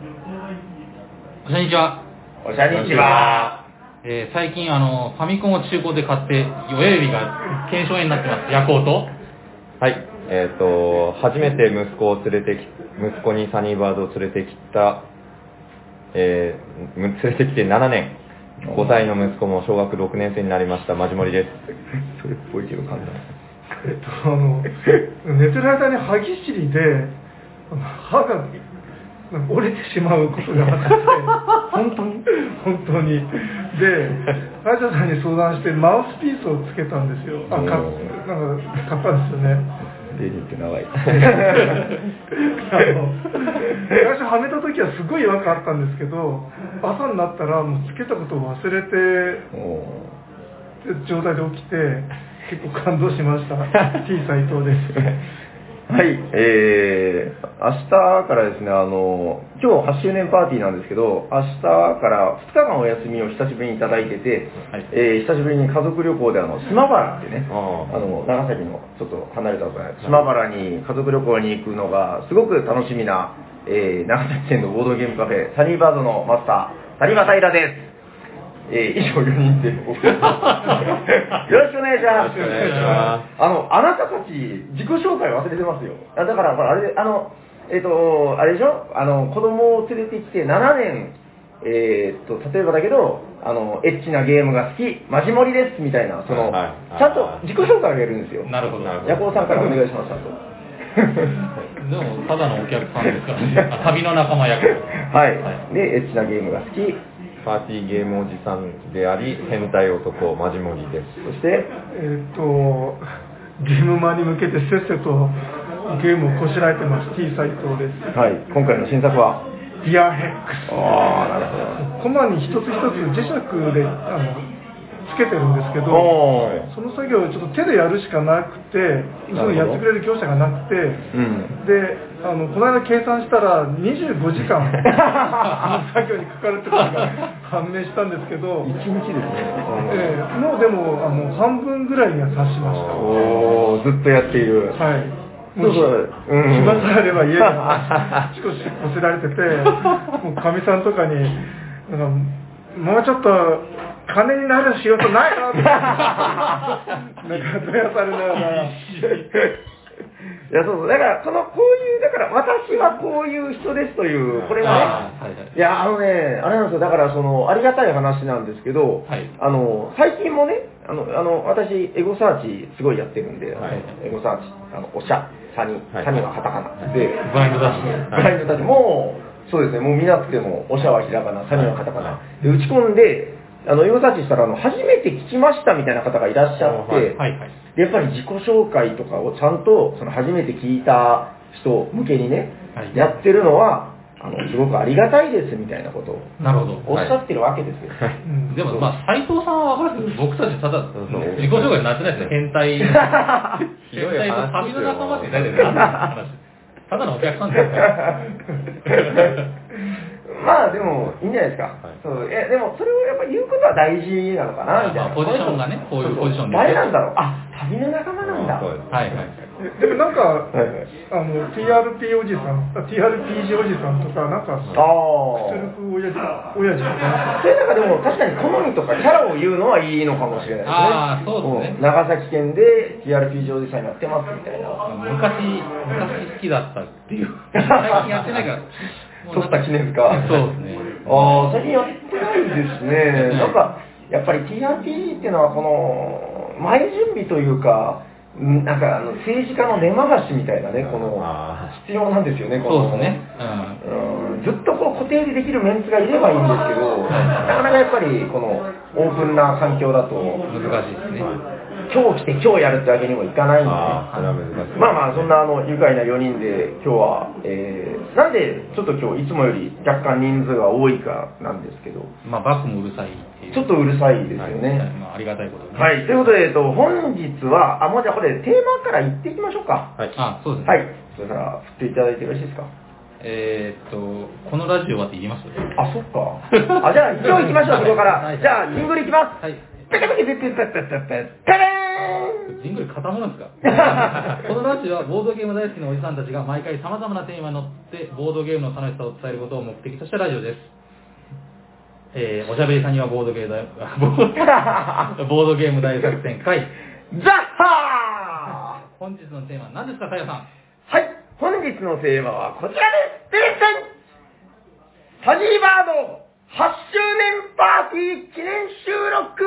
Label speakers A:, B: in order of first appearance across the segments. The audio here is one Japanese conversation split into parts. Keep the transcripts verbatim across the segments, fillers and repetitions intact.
A: おしゃにちは。
B: おしゃにちは。
A: えー、最近あのファミコンを中古で買って親指が腱鞘炎になってます。ヤコウと。
C: はい。えっ、ー、と初めて息子を連れてき息子にサニーバードを連れてきた、えー、連れてきてななねん、ごさいの息子も小学ろくねん生になりましたマジモリです。
B: それっぽいけど簡単。
D: えっとあの寝てる間に歯ぎしりで歯が折れてしまうことがあって本当に本当にで歯医者さんに相談してマウスピースをつけたんですよ。あかなんか買ったんですよね。
B: デリーって長いあ
D: の最初はめた時はすごい違和感あったんですけど、朝になったらもうつけたことを忘れて状態で起きて結構感動しました。T 斎藤です
B: はい、えー、明日からですね、あの、今日はちしゅうねんパーティーなんですけど、明日からふつかかんお休みを久しぶりにいただいてて、はい、えー、久しぶりに家族旅行であの、島原ってね、あの、長崎のちょっと離れたところで、島原に家族旅行に行くのがすごく楽しみな、えー、長崎県のボードゲームカフェ、サニーバードのマスター、谷間平です。えー、以上よにんでよろしくお願いします。よろしくお願いします。あの、あなたたち、自己紹介忘れてますよ。だから、ほら、あれ、あの、えっ、ー、と、あれでしょあの、子供を連れてきてななねん、えっ、ー、と、例えばだけど、あの、エッチなゲームが好き、マジモリです、みたいな、その、はい、ちゃんと自己紹介をやるんですよ。
A: なるほど、なるほど。
B: ヤコウさんからお願いします、ちゃんと。
A: でも、ただのお客さんですからね。あ、旅の仲間役。
B: はい。で、エッチなゲームが好き、
C: パーティーゲームおじさんであり変態男マジモリです。
B: そして
D: えっ、ー、とゲームマンに向けてせっせとゲームをこしらえてます T 斎藤です。
B: はい、今回の新作は
D: ディアヘックス。
B: ああ、なるほど。
D: コマに一つ一つ磁石であのつけてるんですけど、その作業をちょっと手でやるしかなくて、そのやってくれる業者がなくて、うん、であのこの間計算したらにじゅうごじかんあの作業にかかるってことが判明したんですけど、
B: いちにちですね、
D: えー、もうでもあの半分ぐらいには達しました。
B: おー、ずっとやっている。
D: はい。そうそう、うん、暇さえあれば家であちこちこせられてて、もうかみさんとかになんかもうちょっと金になる仕事ないのってなんかどやされながらい
B: や、そうそう、だからこのこういうだから私はこういう人ですというこれがね、はいはい、いやあのねあれなんですよ、だからそのありがたい話なんですけど、はい、あの最近もねあのあの私エゴサーチすごいやってるんで、はい、エゴサーチあのおしゃサニサニはカタカナで
A: ブラインドダッシ
B: ュブラインドダッシュもうそうですね、もう見なくてもおしゃはひらがな、サニはカタカナで打ち込んで。あのエゴサーチしたらあの初めて聞きましたみたいな方がいらっしゃって、はいはいはい、でやっぱり自己紹介とかをちゃんとその初めて聞いた人向けにね、はい、やってるのはあのすごくありがたいですみたいなことをおっしゃってるわけですよ。
A: はい、でもまあ斉藤さんは分かるけど僕たちただ自己紹介になってないですね。変態変態と旅の仲間って大体何の話ただのお客さんですから
B: まあでもいいんじゃないですか。はい、そうえでもそれをやっぱ言うことは大事なのかなみたいな。
A: ポジションがね、こういうポジションで。
B: 誰なんだろう。あ、旅の仲間なんだ。
A: はいはい。
D: でもなんか、はいはい、あの ティーアールピー おじさん、ティーアールピージー おじさんとかなんか、ああ、クスルフ親父親父とか。
B: それなんかでも確かに好みとかキャラを言うのはいいのかもしれないですね。
A: ああ、そうですね。
B: 長崎県で ティーアールピージー おじさんやってますみたいな。
A: 昔昔好きだったっていう。最近やってないから。
B: 取った記念か。
A: そうですね。
B: ああ、最近やってないですね。なんか、やっぱり ティーアールピージー っていうのは、この、前準備というか、なんかあの政治家の根回しみたいなね、この、必要なんですよね、この。
A: そうですね。
B: うん、ずっとこう固定でできるメンツがいればいいんですけど、なかなかやっぱり、この、オープンな環境だと。
A: 難しいですね。
B: 今日来て今日やるってわけにもいかないんで、あそれは難しい。まあまあそんなあの愉快なよにんで今日は、えー、なんでちょっと今日いつもより若干人数が多いかなんですけど、
A: まあバックもうるさいっていう、
B: ちょっとうるさいですよね。
A: はい、まあ、ありがたいことね。
B: はい、ということで、えっと、本日はあもうじゃあこれテーマから言っていきましょうか。
A: はい。あ、そうですね。
B: はい。それから振っていただいてよろしいですか。
A: えー、っとこのラジオはって言います？
B: あ、そっか。あ、じゃあ一応行きましょうそこから。じゃあジングルいきます。はい。ペペペペペペペペペペペーン。
A: ジングル固まるんですかこのラジオはボードゲーム大好きなおじさんたちが毎回様々なテーマに乗ってボードゲームの楽しさを伝えることを目的としたラジオです。えー、おしゃべりさんにはボードゲーム大ボードゲーム大作戦会
B: ザッハー。
A: 本日のテーマは何ですか、タイヤさん。
B: はい、本日のテーマはこちらです。てれてんサニーバードはちしゅうねんパーティー記念収録。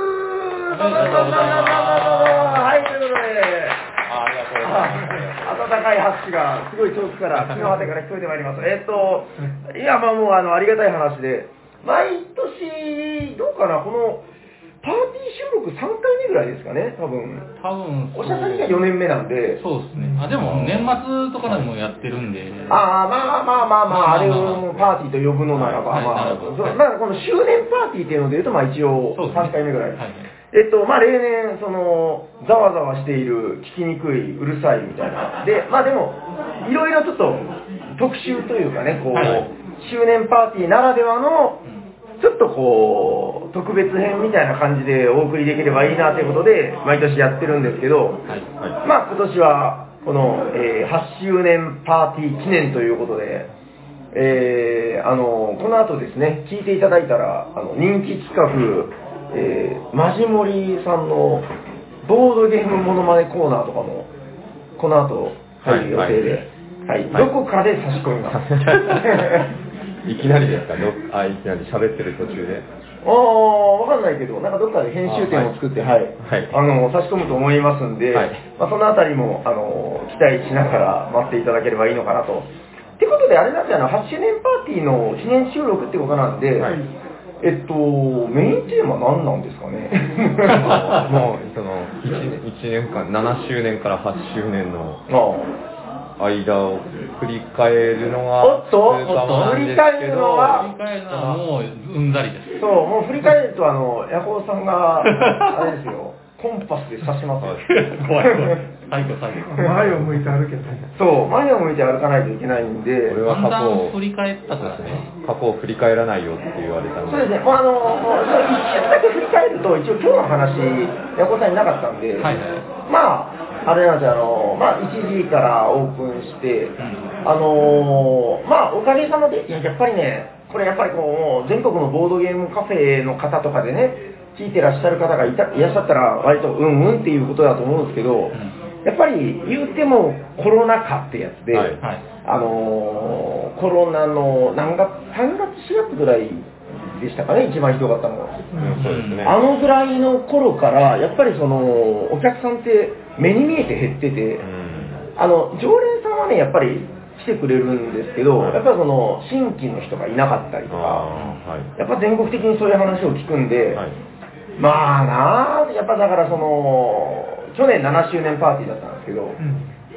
B: はい、ということで、
C: ありがとうございます。
B: 温かい拍手がすごい遠くから、木の果てから聞こえてまいります。えっと、いや、まあもうあの、ありがたい話で、毎年、どうかな、この、パーティー収録さんかいめぐらいですかね、多分。
A: 多分
B: おしゃさんにはよねんめなんで。
A: そうですね。あ、でも年末とかでもやってるんで。
B: ああ、まあまあまあまあ、あれをパーティーと呼ぶのならば、まあ、まあこの周年パーティーっていうので言うと、まあ一応さんかいめぐらい。えっと、まあ例年、その、ざわざわしている、聞きにくい、うるさいみたいな。で、まあでも、いろいろちょっと特集というかね、こう、周年パーティーならではの、ちょっとこう、特別編みたいな感じでお送りできればいいなということで、毎年やってるんですけど、はいはい、まあ今年は、この、えー、はちしゅうねんパーティー記念ということで、えー、あの、この後ですね、聞いていただいたら、あの人気企画、えー、マジモリさんのボードゲームモノマネコーナーとかも、この後入る予定で、はいはいはい、どこかで差し込みます。
C: いきなりですか？あ、いきなり喋ってる途中で。
B: ああ、わかんないけど、なんかどっかで編集点を作って、はい、はい、あの、差し込むと思いますんで、はい、まあ、そのあたりも、あの、期待しながら待っていただければいいのかなと。ってことで、あれなんですよ、はちしゅうねんパーティーの記念収録ってことなんで、はい、えっと、メインテーマ何なんですかね
C: もう、そのいちねんかん、ななしゅうねんからはちしゅうねんの、間を振り返るのが
B: おっと振り返るのは
A: 振り返るのはもううんざりです。
B: そう、もう振り返るとあのヤコウさんがあれですよ、コンパスで刺しますよ。
A: 怖い怖い。最後最後。
D: 前を向いて歩けと。
B: そう、前を向いて歩かないといけないんで。
C: 俺は過去を
A: 振り返ったとですね。
C: 過去を振り返らないよって言われたんで。
B: そうですね。もうあのもう一瞬だけ振り返ると一応今日の話ヤコウさんになかったんで、はいはい、まあ。あれなんですよ、あのまあ、いちじからオープンして、あのー、まあ、おかげさまで、いや、やっぱりね、これやっぱりこう、全国のボードゲームカフェの方とかでね、聞いてらっしゃる方がいたいらっしゃったら、割とうんうんっていうことだと思うんですけど、やっぱり言うてもコロナ禍ってやつで、はい、あのー、コロナの何月、さんがつ、しがつぐらいでしたかね、一番ひどかったのは、
C: うん、そうですね、
B: あのぐらいの頃からやっぱりそのお客さんって目に見えて減ってて、うん、あの常連さんはねやっぱり来てくれるんですけど、はい、やっぱりその新規の人がいなかったりとか、はい、やっぱ全国的にそういう話を聞くんで、はい、まあなあやっぱだからその去年ななしゅうねんパーティーだったんですけど、うん、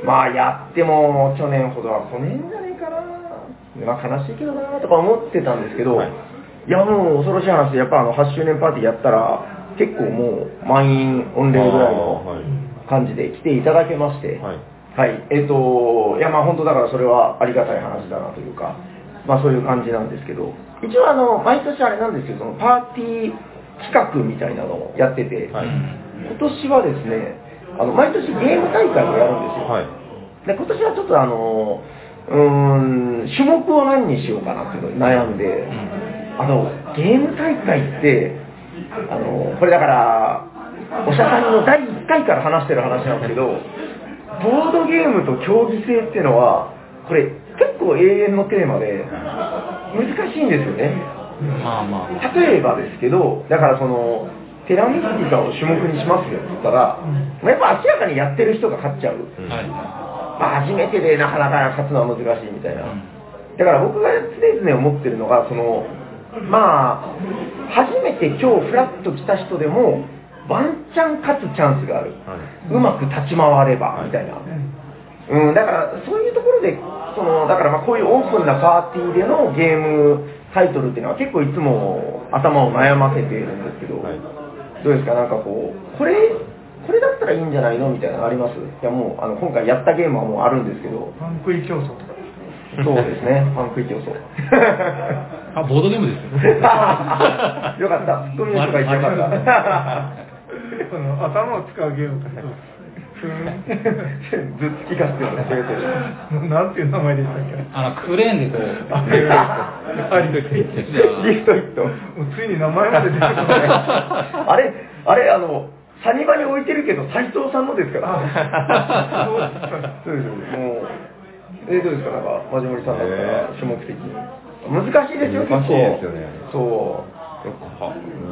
B: まあやっても去年ほどは来ねえんじゃねえかな、まあ悲しいけどなとか思ってたんですけど、はい、いやもう恐ろしい話で、やっぱあのはちしゅうねんパーティーやったら結構もう満員御礼ぐらいの感じで来ていただけまして、はい、はい、えっといやまあ本当だからそれはありがたい話だなというか、まあそういう感じなんですけど、一応あの毎年あれなんですけど、そのパーティー企画みたいなのをやってて、はい、今年はですね、あの毎年ゲーム大会をやるんですよ、はい、で今年はちょっとあのうーん種目を何にしようかなっていうのに悩んで、あのゲーム大会ってあのこれだからおしゃさんのだいいっかいから話してる話なんですけど、ボードゲームと競技性っていうのはこれ結構永遠のテーマで難しいんですよね。
A: まあまあ、
B: 例えばですけど、だからそのテラミスティカを種目にしますよって言ったら、うん、やっぱ明らかにやってる人が勝っちゃう、うん、まあ、初めてでなかなか勝つのは難しいみたいな、うん、だから僕が常々思ってるのが、そのまあ初めて今日フラッと来た人でもワンチャン勝つチャンスがある、はい、うまく立ち回ればみたいな、はい、うん、だからそういうところでそのだからまあこういうオープンなパーティーでのゲームタイトルっていうのは結構いつも頭を悩ませているんですけど、はい、どうですか、なんかこうこれこれだったらいいんじゃないのみたいなのあります？いやもうあの今回やったゲームはもうあるんですけど、
D: パン食い競争とか。
B: そうですね、パン食い競争。
A: あ、ボードゲームですよ。
B: よかった、ツッコミの人がいてよかった。
D: この頭を使うゲームとか
B: ずっつきがってるね、
D: なんていう名前でしたっけ？
A: あのクレーンでこう
D: あリフトイット。
B: リフトイット。
D: もうついに名前まで出てくる。
B: あれ、あれ、あの、サニバに置いてるけど、斉藤さんのですから。そうですよね。もう、えー、どうですか、なんか、マジモリさんだったら、種目的に。難しいですよ、
C: 難しいですよね。
B: そう。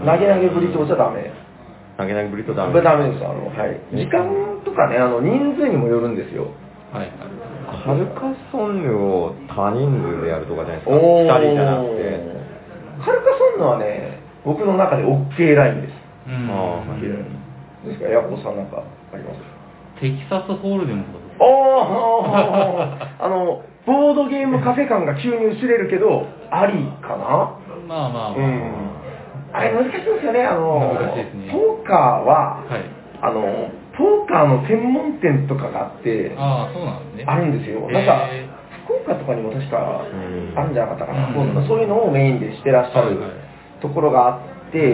B: 投げ投げブリトーじゃダメ。
C: 投げ投げブリトーダメ。
B: これダメです。あの、はい。時間とかね、あの、人数にもよるんですよ。
A: はい。
C: カルカソンヌを多人数でやるとかじゃないですか。ふたりじゃなくて。
B: カルカソンヌはね、僕の中で OK ラインです。
A: うん。
B: ああ、OK ライン。ですから、ヤコさんなんかありますか？
A: テキサスホールデムとか。
B: ああ、あの、ボードゲームカフェ感が急に薄れるけど、ありかな？
A: まあまあまあ。
B: うん。あれ難しいですよね、あの、
A: 難しいですね。
B: ポーカーは、
A: はい、あ
B: の、ポーカーの専門店とかがあって、
A: ああ、そうなんですね。
B: あるんですよ。なんか、福岡とかにも確かあるんじゃなかったかな。うん、そういうのをメインでしてらっしゃるところがあって、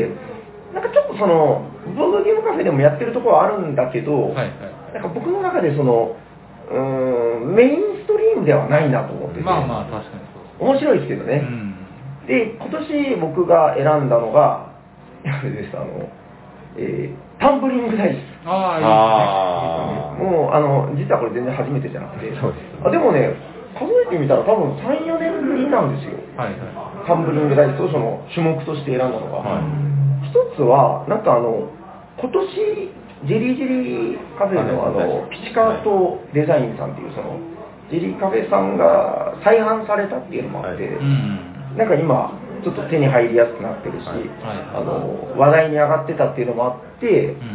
B: なんかちょっとその、ボードゲームカフェでもやってるところはあるんだけど、はいはい、なんか僕の中でその、うーん、メインストリームではないなと思ってて。
A: まあまあ、確かにそう。
B: 面白いですけどね。うん、で、今年僕が選んだのが、あれです、あの、えー、タンブリングダイス。
A: あ
B: あ、いいですね。もう、あの、実はこれ全然初めてじゃなくて、そうです、ね、あでもね、数えてみたら多分さん、よねんぶりなんですよ。はいはい、タンブリングダイスをその種目として選んだのが。はい、一つは、なんかあの、今年、ジェリージェリーカフェのあの、ピチカートデザインさんっていうその、ジェリーカフェさんが再販されたっていうのもあって、はい、うん、なんか今、ちょっと手に入りやすくなってるし、はいはい、あの話題に上がってたっていうのもあって、うん、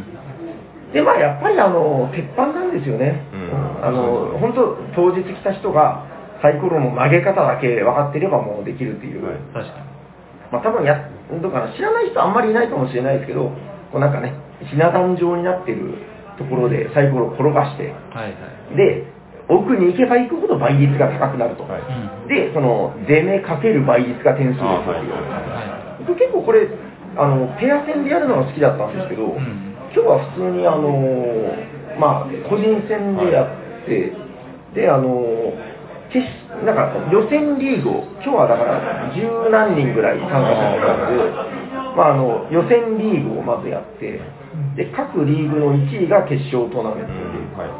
B: でまあやっぱりあの鉄板なんですよね、うん、あの本当当日来た人がサイコロの投げ方だけ分かってればもうできるっていう、はい、確かに、まあ多分やどうかな、知らない人あんまりいないかもしれないですけど、こうなんかねひな壇状になってるところでサイコロを転がして、はいはい、で奥に行けば行くほど倍率が高くなると、はい、でその出目かける倍率が点数ですよっていう、はい、結構これあのペア戦でやるのが好きだったんですけど、うん、今日は普通にあのまあ個人戦でやって、はい、であの決なんか予選リーグを今日はだから十何人ぐらい参加してたので、まあ、あの予選リーグをまずやって、で各リーグのいちいが決勝トーナメントで、うんはい、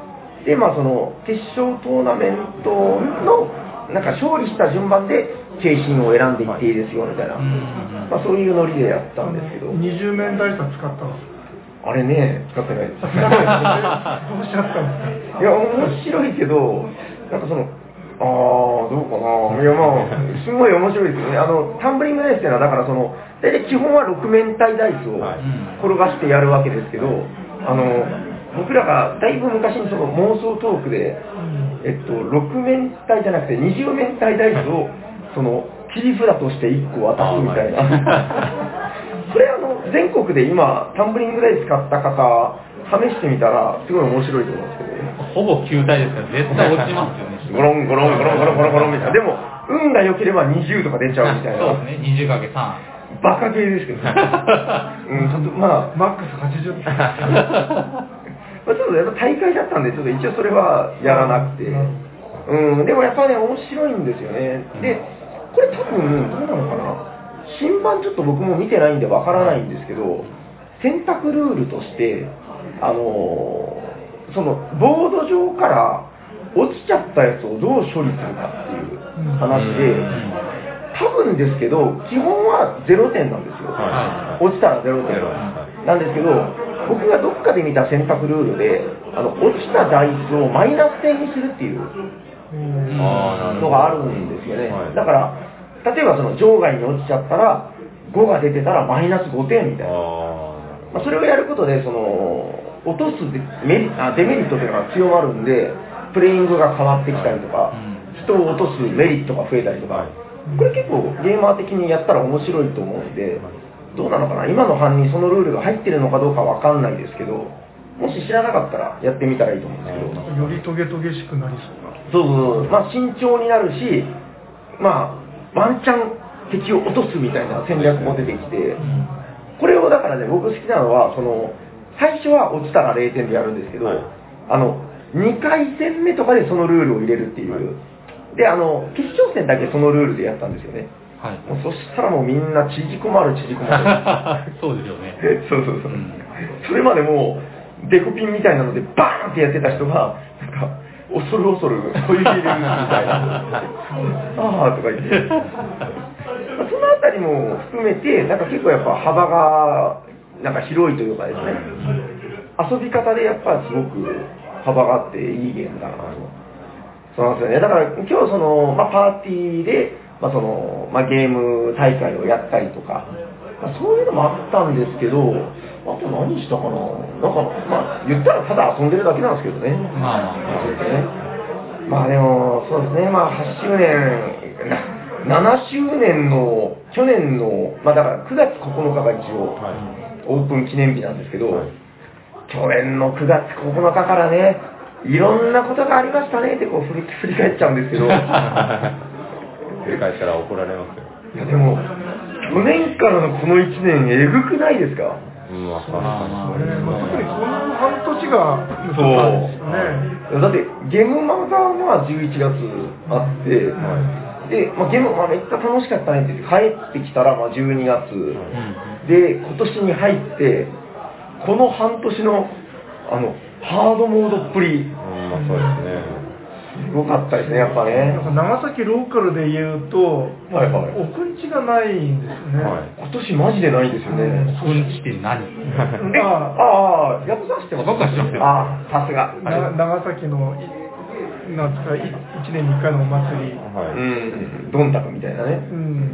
B: でまあその決勝トーナメントのなんか勝利した順番で景品を選んでいっていいですよみたいな、はい、まあ、そういうノリでやったんですけど、
D: にじゅうめんダイスは使ったんですか？
B: あれね、使ってないです。どう
D: しちゃったんですか？
B: いや、面白いけど、なんかその、あー、どうかな、いやまあ、すごい面白いですよね。あの、タンブリングダイスっていうのは、だからその、大体基本はろくめんたいダイスを転がしてやるわけですけど、あの、僕らがだいぶ昔にその妄想トークで、えっと、ろくめんたいじゃなくてにじゅうめんたいダイスを、その、切り札としていっこ渡すみたいな。それあの、全国で今、タンブリングダイス買った方、試してみたら、すごい面白いと思うんですけど、
A: ほぼ球体ですから、絶対落ちますよね。
B: ゴロンゴロンゴロンゴロンゴロンゴロンみたいな。でも、運が良ければにじゅうとか出ちゃうみたいな。
A: そうですね、にじゅうかけるさん。
B: バカ系ですけどね。うん、ちょっとまあ、
D: マックスはちじゅう。
B: まあちょっとやっぱ大会だったんで、ちょっと一応それはやらなくて。うん、でもやっぱね、面白いんですよね。で、これ多分、どうなのかな。新版ちょっと僕も見てないんでわからないんですけど、選択ルールとして、あのー、そのボード上から落ちちゃったやつをどう処理するかっていう話で、多分ですけど、基本はゼロてんなんですよ。落ちたらゼロてんなんですけど、僕がどっかで見た選択ルールで、あの落ちたダイスをマイナスてんにするっていうのがあるんですよね。だから、例えばその場外に落ちちゃったら、ごが出てたらマイナスごてんみたいな。まあ、それをやることで、その落とすメリあデメリットというのが強まるんで、プレイングが変わってきたりとか、人を落とすメリットが増えたりとか、これ結構ゲーマー的にやったら面白いと思うんで、どうなのかな、今の版にそのルールが入ってるのかどうかわかんないですけど、もし知らなかったらやってみたらいいと思うんですけど、
D: よりトゲトゲしくなりそうな。
B: そうそうそう、まあ慎重になるし、まあワンチャン敵を落とすみたいな戦略も出てきて、これをだからね、僕好きなのは、その最初は落ちたられいてんでやるんですけど、はい、あのにかい戦目とかでそのルールを入れるっていう、はい、であの決勝戦だけそのルールでやったんですよね。はい、もうそしたらもうみんな縮こまる縮こまる
A: そうですよね
B: そうそうそう、うん、それまでもうデコピンみたいなのでバーンってやってた人がなんか恐る恐る小指入れるみたいなああとか言ってそのあたりも含めてなんか結構やっぱ幅がなんか広いというかですね、遊び方でやっぱすごく幅があっていいゲームだなと。そうなんですよね。だから今日その、まあ、パーティーで、まあそのまあ、ゲーム大会をやったりとか、まあ、そういうのもあったんですけど、あと何したかな、なんかまあ言ったらただ遊んでるだけなんですけどね。まあまあそうですね。まあでもそうですね。まあはちしゅうねん、ななしゅうねんの去年のまあだからくがつここのかが一応、はい、オープン記念日なんですけど、はい、去年のくがつここのかからね、いろんなことがありましたねってこう振り、振り返っちゃうんですけど。
C: 振り返ったら怒られますよ。
B: いやでも去年からのこのいちねんえぐくないですか？
D: うん、まあ、まあ、特にこの半年がそうですね。
B: だってゲームマガがじゅういちがつあって、はい、で、まあ、ゲームマガめっちゃ楽しかったねって帰ってきたらまあじゅうにがつ、はい、で今年に入ってこの半年のあのハードモードっぷり、うん、まあそうですね。すごかったですね、やっぱね。
D: なんか長崎ローカルで言うと、はいはい、おくんちがないんですね、
B: はい。今年マジでないんですよね。
A: おくんちって何？
B: ああ、やっぱさしてます。
A: 僕は知ってますよ。
B: ああ、さすが。
D: 長崎のなんですか、いちねんにいっかいのお祭り、
B: はい、うん、どんたくみたいなね、うん、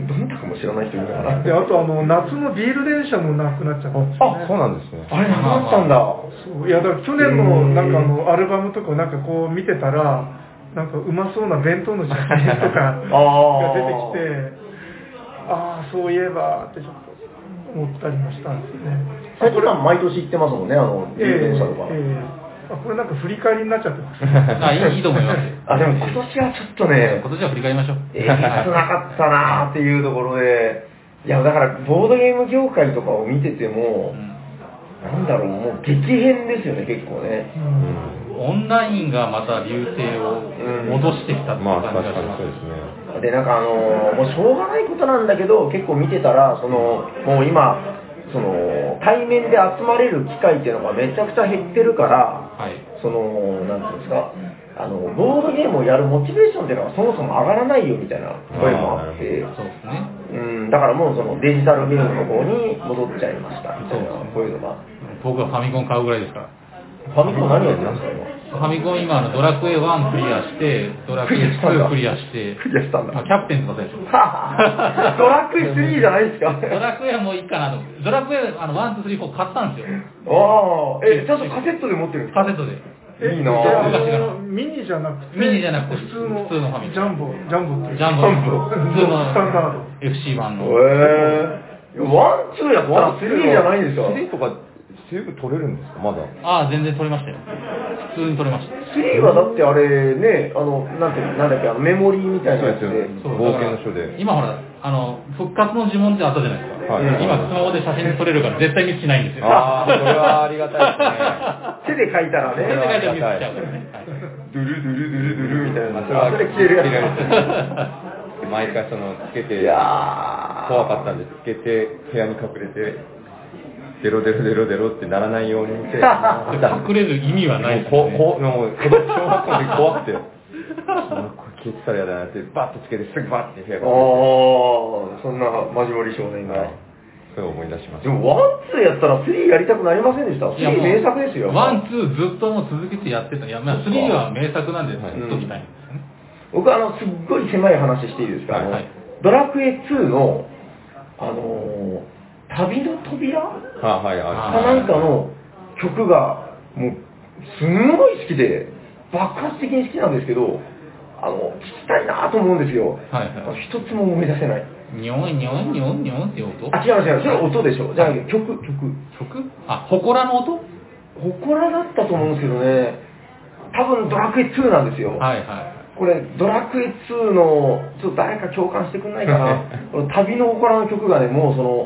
B: どんたくも知らない人いるから。
D: であとあの夏のビール電車もなくなっちゃったんですよ、ね、
C: あ、そうなんですね。
B: あれなくなったんだ。
D: そういやだから去年のなんかあのアルバムとかなんかこう見てたらなんかうまそうな弁当の写真とかが出てきてああそういえばってちょっと思ったりもしたんですよね。
B: 斉藤さん毎年行ってますもんね、あのビール電車とか。えーえー
D: あこれなんか振り返りになっちゃってます
A: あいい、いいと思います
B: あでも今年はちょっとね
A: 今年は振り返りましょう
B: えげつなかったなーっていうところでいやだからボードゲーム業界とかを見てても、うん、なんだろうもう激変ですよね結構ね、
A: うん、オンラインがまた流星を戻してきたっていう感じがします、
B: うん、でなんかあのー、もうしょうがないことなんだけど結構見てたらそのもう今その対面で集まれる機会っていうのがめちゃくちゃ減ってるから、はい、そのなんていうんですかあのボードゲームをやるモチベーションっていうのがそもそも上がらないよみたいな声もあってそうですね、うん、だからもうそのデジタルゲームの方に戻っちゃいましたみたいなこういうのが
A: 僕はファミコン買うぐらいですから
B: ファミコン何やってますか今
A: ファミコン今のドラクエワンクリアしてドラクエツークリアして
B: クリアしたんだ
A: キャプテンとかでしょド
B: ラクエスリーじゃないですか
A: ドラクエはもういいかなとドラクエあのワン、ツー、スリー、フォー買ったんですよ
B: ああえちゃんとカセットで持ってるんですか
A: カセットで
B: いいな
D: ぁミニじゃなくて
A: ミニじゃなくて
D: 普通の
A: 普通のファミコン
D: ジャンボジャンボって
A: ジャンボ普通の
D: スタンダード
A: エフシー 版の
B: へえワン、ツーやったらスリーじゃないんですか
C: スリーとかセーブ取れるんですかまだ
A: ああ全然取れましたよ普通に取れました
B: スリーはだってあれねあのなんてなんだっけあのメモリーみたいなやつで
C: 冒険の書で
A: 今ほらあの復活の呪文ってあったじゃないですか、はい、今スマホで写真撮れるから絶対ミスしないんですよ
C: ああそれはありがたいですね
B: 手で書いたらね
A: 手で書いたらミスしちゃうからね、はい、
B: ドゥルドゥルドゥルドゥルみたいな
C: それはそれ消えるやつ毎回そのつけて怖かったんでつけて部屋に隠れてデロデロデロデロってならないようにして
A: 隠れる意味はないです
C: よねもうもう小学校の時怖くてこれ消えてたら嫌だなってバッとつけてすぐバッて部屋が
B: ああそんなマジモリ少年が
C: そう思い出しました
B: でもワン、ツーやったらスリーやりたくなりませんでしたスリー名作ですよ
A: ワン、ツーずっともう続けてやってたいやまあスリーは名作なんでずっと見たいんですよね、
B: うん、僕あのすっごい狭い話していいですか、はいはい、ドラクエツーのあのー旅の扉
C: あ、はい、あ
B: かなんかの曲がもうすんごい好きで爆発的に好きなんですけどあの聞きたいなと思うんですよ、はいはい、一つも思い出せない
A: ニョンニョンニョンニョンって音
B: あ違う違うそれ音でしょじゃあ曲曲
A: 曲あ祠の音
B: 祠だったと思うんですけどね多分ドラクエツーなんですよはいはいこれドラクエツーのちょっと誰か共感してくんないかなこの旅の祠の曲がねもうその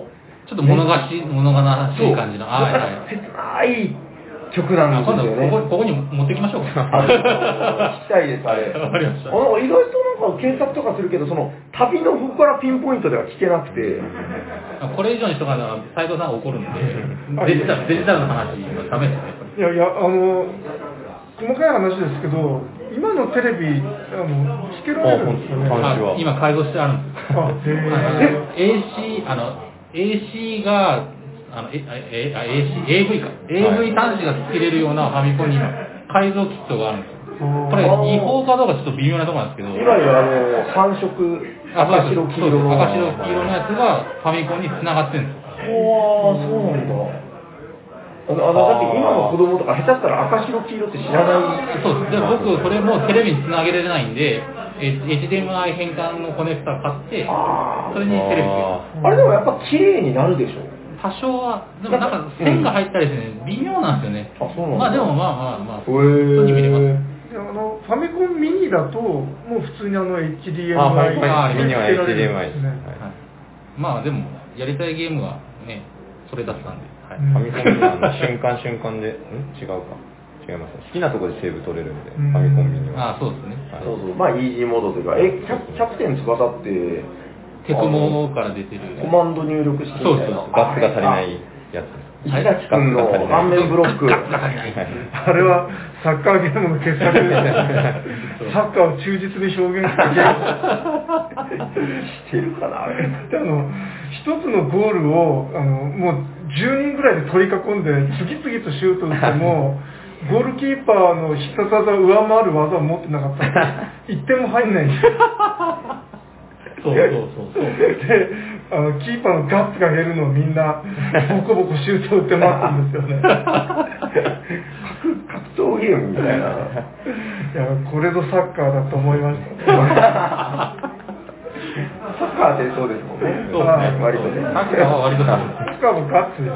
A: ちょっと物がし、物悲しい感じの。はいはい。
B: 切ない曲なんですよね。
A: 今度ここ、ここに持ってきましょうか。
B: あ聞きたいです、あれ。
A: わかりました。
B: あの意外となんか検索とかするけど、その旅のここからピンポイントでは聞けなくて。
A: これ以上にしとかなら斉藤さんが怒るんで、デジタル、デジタルの話はダメですね。
D: いやいや、あの、細かい話ですけど、今のテレビ、あの聞けられるんですよね。
A: あ今改造してあるんです。
D: あへ
A: エーシー、あの、エーシー が、あの、え、え、あ エーシー、エーブイ か。エーブイ 端子がつけれるようなファミコンに今、改造キットがあるんですよ。これ、違法かどうかちょっと微妙なところなんですけど。
B: いわゆるあの、三色、赤白黄色の。
A: 赤白黄色のやつがファミコンに繋がってるんですよ。
B: おー、そうなんだ。あの、あのだって今の子供とか下手したら赤白黄色って知らない。
A: そうです。で、僕、それもテレビに繋げられないんで、エイチディーエムアイ 変換のコネクタ買って、それにテレビつける。
B: あれでもやっぱ綺麗になるでしょ。
A: 多少は、でもなんか線が入ったりしてね、微妙なんですよね。
B: あ、そうなんだ。
A: まあでもまあまあまあ、
B: 普通
A: に見れます。
D: あのファミコンミニだと、もう普通にあの エイチディーエムアイ
C: あ、ミニは エイチディーエムアイ ですね。
A: まあでも、やりたいゲームはね、それだったんで。
C: はい、ファミコンミニは瞬間瞬間で、ん違うか。違います。好きなところでセーブ取れるんで、ファミコンミニは。
A: あ、そうですね。
B: はい、そうそう。まあイージーモードというか、え、キャキャプテン翼って、
A: テクモから出てる。
B: コマンド入力式みたいな。
A: そうそうそう。
C: ガスが足りないやつです。
B: 石崎君の顔面ブロック。
D: あれはサッカーゲームの傑作ですね。サッカーを忠実に表現したゲーム。
B: してるかなあれ。
D: あの一つのゴールをあのもうじゅうにんぐらいで取り囲んで次々とシュート打ってもゴールキーパーの必殺技を上回る技を持ってなかったらいってんも入んないんですよ。
A: そうそうそうそう。
D: で、あのキーパーのガッツが減るのをみんなボコボコシュート打って待つんですよね。
B: 格闘ゲームみたいな。いや、
D: これぞサッカーだと思いました。
B: サッカーってそうですもんね。
A: そうですね。
B: 割とね。
A: サッカーは割と
D: サッカーもガッツです。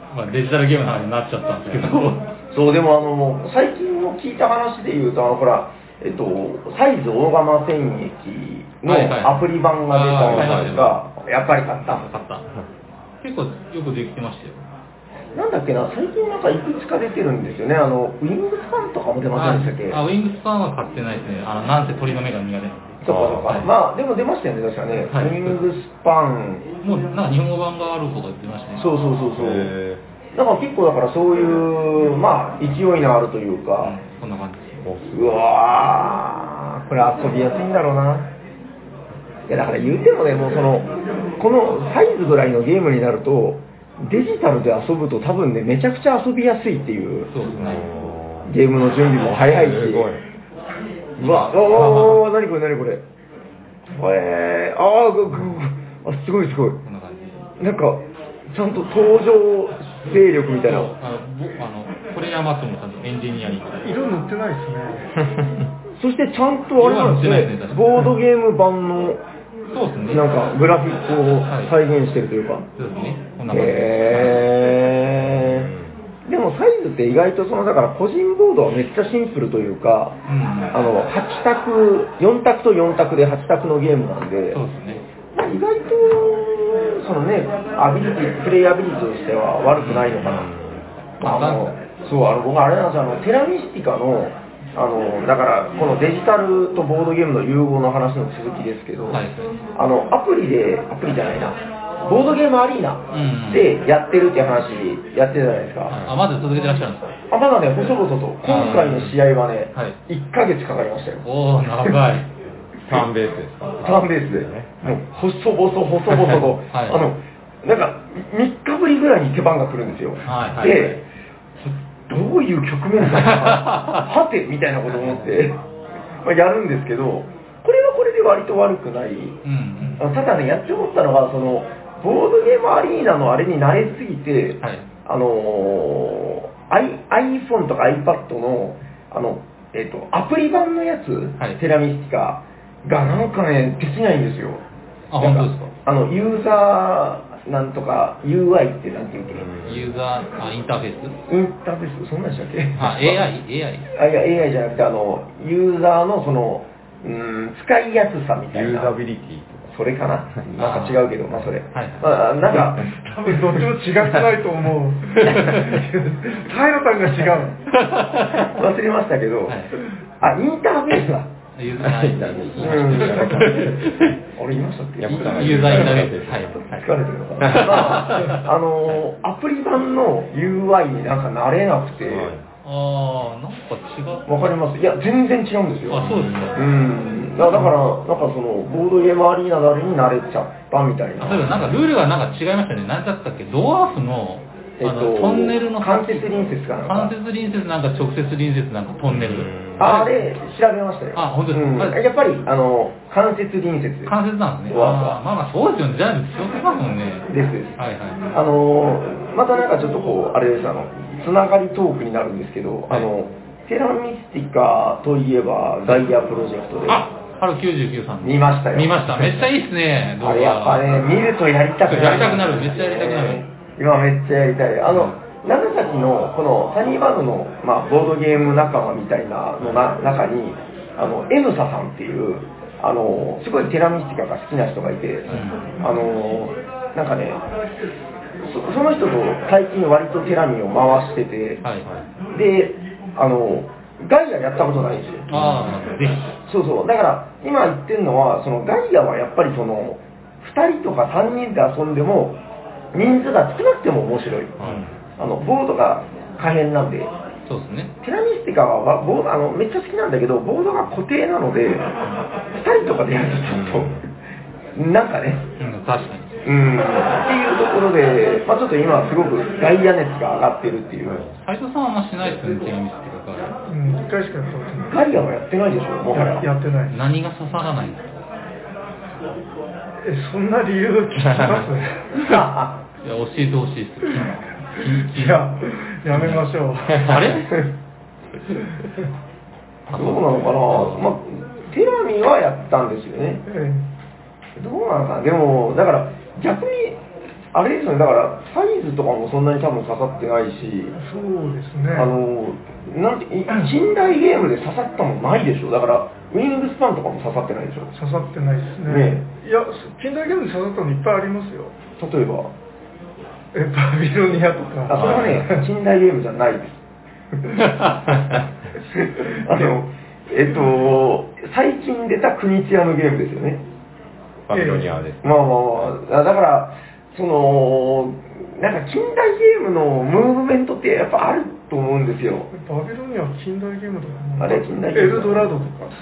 A: まあデジタルゲームの話になっちゃったんですけど。
B: そう、でもあの、最近の聞いた話で言うと、あの、ほら、えっと、サイズ大釜戦役のアプリ版が出たじゃないですか。やっぱり買った。
A: 買った。結構よくできてましたよ。
B: なんだっけな、最近なんかいくつか出てるんですよね。あの、ウィングスパンとかも出ませんでしたっけ？
A: あ、ウィングスパンは買ってないですね。あの、なんせ鳥の目が苦手なんで。
B: そうかそうか。まあ、でも出ましたよね、確かね。
A: はい、
B: ウィングスパン。
A: もう、なんか日本語版があるとか言ってましたね。
B: そうそうそうそう。なんか結構だからそういう、まあ、勢いのあるというか。
A: うん、こんな感じです。
B: うわー、これ遊びやすいんだろうな。いやだから言うてもね、もうその、このサイズぐらいのゲームになると、デジタルで遊ぶと多分ね、めちゃくちゃ遊びやすいっていう、
A: そうですね、
B: ゲームの準備も早いし、うわ、おー、なにこれなにこれ。えー、あー、ぐぐあ、すごいすごい。
A: こんな感じ。
B: なんか、ちゃんと登場勢力みたいな。
A: あの、あのこれ山ともちゃんとエンジニアに。
D: 色塗ってないですね。
B: そしてちゃんとあれなんですね、ボードゲーム版の、
A: そうですね。
B: なんかグラフィックを再現してるというか。
A: そうですね。こんな感じで。
B: へー。でもサイズって意外とそのだから個人ボードはめっちゃシンプルというか、うん、あのはち択、よん択とよん択ではち択のゲームなんで、
A: そうですね。
B: 意外とそのね、アビリティ、プレイアビリティとしては悪くないのかな。あのそう、あの僕あれなんですよ、あのテラミスティカのあのだからこのデジタルとボードゲームの融合の話の続きですけど、はい、あのアプリでアプリじゃないなボードゲームアリーナでやってるっていう話やってるじゃないですか、
A: うん、あまだ続けてらっしゃるんですか？
B: あまだね細々と今回の試合はね、はい、いっかげつかかりましたよ。
A: おお長い
C: ターンベースですか？
B: ターンベースで、ね、もう細々細々と、はい、あのなんかみっかぶりぐらいに手番が来るんですよ、はいはい、でどういう局面だったかはてみたいなことを思って、まあ、やるんですけど、これはこれで割と悪くない、うんうん、ただねやって思ったのはそのボードゲームアリーナのあれに慣れすぎて、はい、あのー、iPhone とか iPad の、あの、えーと、アプリ版のやつ、はい、テラミスティカがなんかねできないんですよ。
A: あ、本当ですか？
B: あのユーザーなんとか ユーアイ ってなんていうっけ？
A: ユーザーあインターフェース？
B: インターフェースそんなんでしたっけ？
A: あ エーアイ？ エーアイ？
B: あいや エーアイ じゃなくてあのユーザーのそのうん使いやすさみたいな。
C: ユーザビリティとか。
B: それかななんか違うけど、まあそれ。
A: はい。
B: まあ、なんか、
D: 多分どっちも違くないと思う。平さんが違う。
B: 忘れましたけど、あ、インターフェースだ。
A: ユーザーインターフェース。
B: 俺言いましたっけ？
A: ユーザーインターフェースです。はい。
B: 疲れてるのかな。まあ、あの、アプリ版の ユーアイ になんか慣れなくて、
A: ああ、なんか違う。
B: わかります。いや、全然違うんですよ。
A: あ、そうですか。
B: うん。だから、なんかその、ボードゲームアリーナだれに慣れちゃったみたいな。
A: 例えば、なんかルールがなんか違いましたね。何だったっけ、ドワーフの、あの、トンネルの
B: 間接隣接かなんか。
A: 間接隣接なんか直接隣接なんかトンネル。
B: あれ、調べましたよ。
A: あ、本当ですか。
B: うん、やっぱり、あの、間接隣接です。
A: 間接なんですね。あまあまあ、そうですよね。じゃあ、気をつけますもんね。
B: ですです。
A: はいはい。
B: あの、またなんかちょっとこう、あれです、あの、つながりトークになるんですけど、はい、あの、テラミスティカといえば、ガイアプロジェクトで。
A: あ、ハルきゅうじゅうきゅうさん。
B: 見ましたよ。
A: 見ました。めっちゃいいっすね。
B: あれやっぱね、見るとやりたくなる。
A: やりたくなる。めっちゃやりたくなる。
B: 今めっちゃやりたい。あの、長崎のこのサニーバードの、まあ、ボードゲーム仲間みたいなのな中に、あの、エムサさんっていう、あの、すごいテラミスティカが好きな人がいて、うん、あの、なんかね、そ, その人と最近割とテラミを回してて、はいはい、で、あの、ガイアやったことないんですよ。
A: ああ、ぜひ。
B: そうそう。だから、今言ってるのは、そのガイアはやっぱりその、ふたりとかさんにんで遊んでも、人数が少なくても面白い。うん、あの、ボードが可変なんで。
A: そうですね。
B: テラミスティカはボードあのめっちゃ好きなんだけど、ボードが固定なので、ふたりとかでやるとちょっと、なんかね。
A: うん、確かに。
B: うん、っていうところで、まあ、ちょっと今すごくガイア熱が上がってるっていう。
A: 斉藤さんはあんましないですよね、テラミスティカが。
D: うん、いっかいしかやったこと
B: ない。ガイアはやってないでしょ、もはや。
D: やってない。
A: 何が刺さらないんですか？
D: え、そんな理由聞きます
A: いや、教えてほしいです。
D: いや、やめましょう。
A: あれ
B: どうなのかな、まあ、テラミはやったんですよね。ええ、どうなのかな、でも、だから逆に、あれですよね、だからサイズとかもそんなに多分刺さってないし、
D: そうですね。
B: あの、なんて、近代ゲームで刺さったもんないでしょ、だから、ウィングスパンとかも刺さってないでしょ。
D: 刺さってないですね。ね、いや、近代ゲームで刺さったのいっぱいありますよ。
B: 例えば
D: え、バビロニアとか。
B: あ、それはね、近代ゲームじゃないです。あの、えっと、最近出たクニチアのゲームですよね。
C: バビロニアです。
B: まあまあまあ、だから、その、なんか近代ゲームのムーブメントってやっぱあると思うんですよ。
D: バビロニアは近代ゲームだもん。
B: あれ近代ゲーム。
D: エルドラドとか。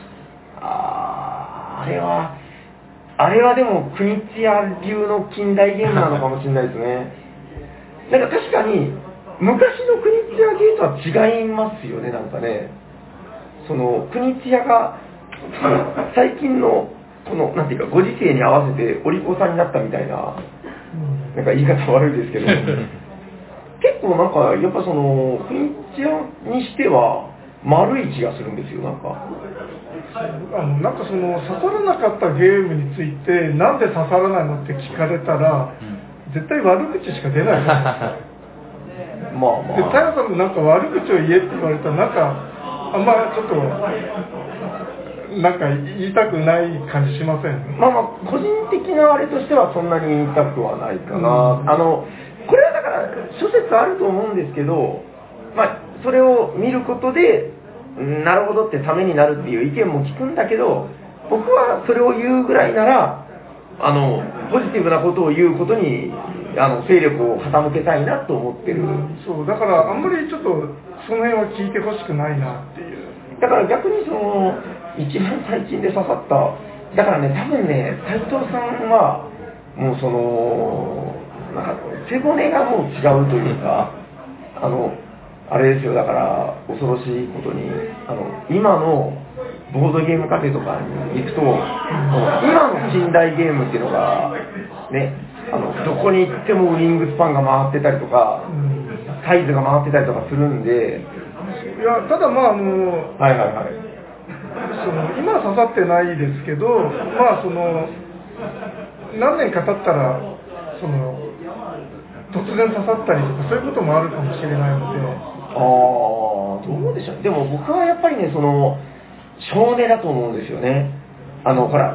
B: ああ、あれは、あれはでもクニチア流の近代ゲームなのかもしれないですね。なんか確かに昔のクニチアゲーとは違いますよね、なんかね。そのクニチアが最近のこのなんていうかご時世に合わせてお利口さんになったみたいな、なんか言い方悪いですけど、結構なんかやっぱそのクニチアにしては丸い気がするんですよ、なんか。
D: あのなんかその刺さらなかったゲームについてなんで刺さらないのって聞かれたら、うん、絶対悪口しか出ないまあまあで平さんもなんか悪口を言えって言われたらなんかあんまちょっとなんか言いたくない感じしません？
B: まあまあ個人的なあれとしてはそんなに言いたくはないかな、うん、あのこれはだから諸説あると思うんですけど、まあそれを見ることでなるほどってためになるっていう意見も聞くんだけど、僕はそれを言うぐらいならあのポジティブなことを言うことにあの勢力を傾けたいなと思ってる、うん、
D: そうだからあんまりちょっとその辺は聞いてほしくないなっていう。
B: だから逆にその一番最近で刺さった、だからね多分ね斉藤さんはもうそのなんか背骨がもう違うというかあのあれですよ、だから恐ろしいことにあの今のボードゲームカフェとかに行くと、今の近代ゲームっていうのがね、あのどこに行ってもウィングスパンが回ってたりとか、サイズが回ってたりとかするんで、
D: いやただまああの
B: はいはいはい、
D: その今は刺さってないですけど、まあその何年か経ったらその突然刺さったりとかそういうこともあるかもしれないので。
B: ああ、どうでしょう。でも僕はやっぱりね、その少年だと思うんですよね。あのほら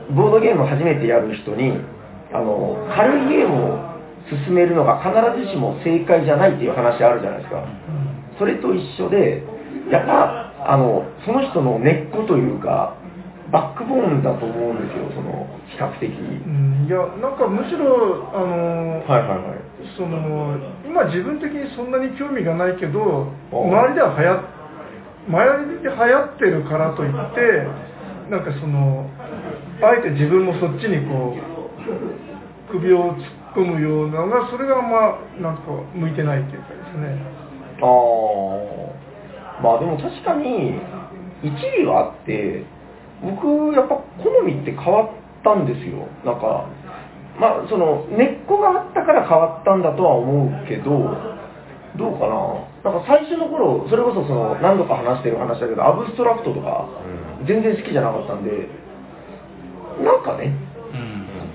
B: ボードゲームを初めてやる人にあの軽いゲームを進めるのが必ずしも正解じゃないっていう話あるじゃないですか。それと一緒でやっぱあのその人の根っこというかバックボーンだと思うんですよ、その比較的。
D: うん、いやなんかむしろあの、
B: はいはいはい、
D: その今自分的にそんなに興味がないけど周りでは流行周りで流行ってるからといってなんかそのあえて自分もそっちにこう首を突っ込むようなのがそれがまあなんか向いてないっていうかですね。
B: ああ、まあでも確かに一理はあって、僕やっぱ好みって変わったんですよ。なんかまあその根っこがあったから変わったんだとは思うけど、どうかな。なんか最初の頃それこそその何度か話してる話だけどアブストラクトとか全然好きじゃなかったんで、なんかね、うん、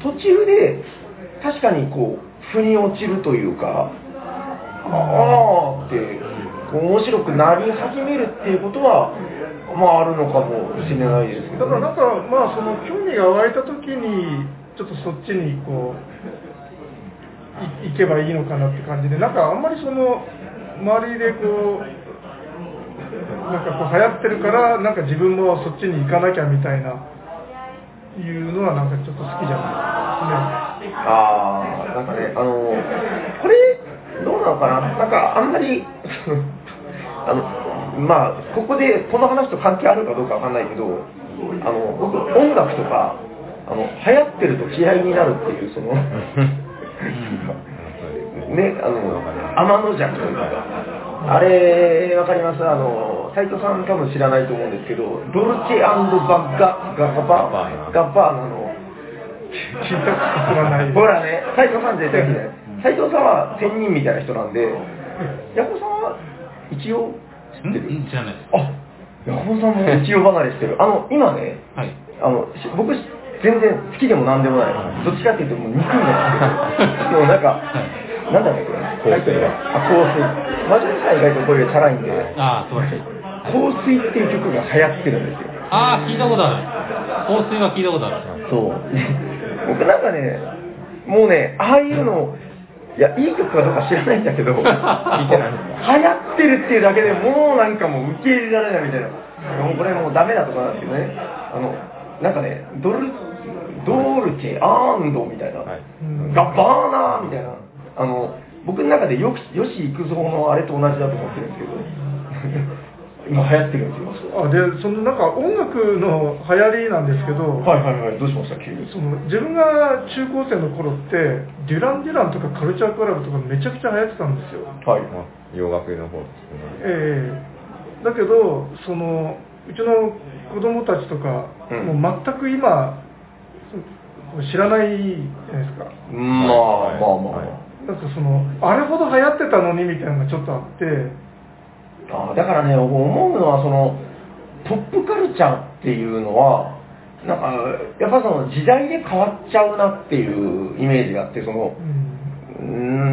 B: 途中で確かにこう腑に落ちるというか、ああって面白くなり始めるっていうことはまああるのかもしれないですけど、
D: ね、だからなんかまあその興味が湧いた時にちょっとそっちにこうい行けばいいのかなって感じで、なんかあんまりその周りでこうなんかこう流行ってるからなんか自分もそっちに行かなきゃみたいないうのはなんかちょっと好きじゃないですね。
B: ああ、なんかね、あのこれどうなのかな、なんかあんまりあのまあここでこの話と関係あるかどうかわかんないけど、あの僕音楽とかあの流行ってると嫌いになるっていうそのね、あの天の弱というか、あれわかります？あの斉藤さん多分知らないと思うんですけど、ドルチェ&バッガガッバーガッバーナの
D: 聞いたことがない。
B: ほらね、斉藤さん絶対聞いてない。斉藤さんは仙人みたいな人なんで、ヤコさんは一応知ってる？
A: 知らないです。
B: あ、ヤコさんも一応離れしてる。あの今ね、はい、あの僕全然好きでもなんでもない。どっちかっていうともう憎いんですけど、もうなんか、はい、なんだっけこれ？香水が。あ、香水。マジョリさん意外とこれチャラいんで。
A: ああ、素晴らしい。
B: 香水っていう曲が流行ってるんですよ。
A: ああ、聞いたことある。香水は聞いたことある。
B: そう。僕なんかね、もうね、ああいうの、いや、いい曲かどうか知らないんだけど、聞いてない流行ってるっていうだけでもうなんかもう受け入れられないみたいな。もうこれもうダメだとかなんですけどね。あの、なんかね、ドル、ドルチェ、アーンドみたいな、はい、ガバーナーみたいな、あの、僕の中でよし、よし行くぞのあれと同じだと思ってるんですけど、今流行ってるんですよ。
D: あ、で、そのなんか音楽の流行りなんですけど、
B: はいはいはい、どうしました急に。
D: その自分が中高生の頃って、デュラン・デュランとかカルチャークラブとかめちゃくちゃ流行ってたんですよ。
C: はい、まあ、洋楽の方ですね。
D: ええー、だけど、その、うちの子供たちとか、うん、もう全く今、知らないじゃないですか。
B: まあ、はい、まあまあまあ。
D: なんかその、あれほど流行ってたのにみたいなのがちょっとあって、
B: あだからね、思うのはそのポップカルチャーっていうのはなんかやっぱその時代で変わっちゃうなっていうイメージがあって、その、うん、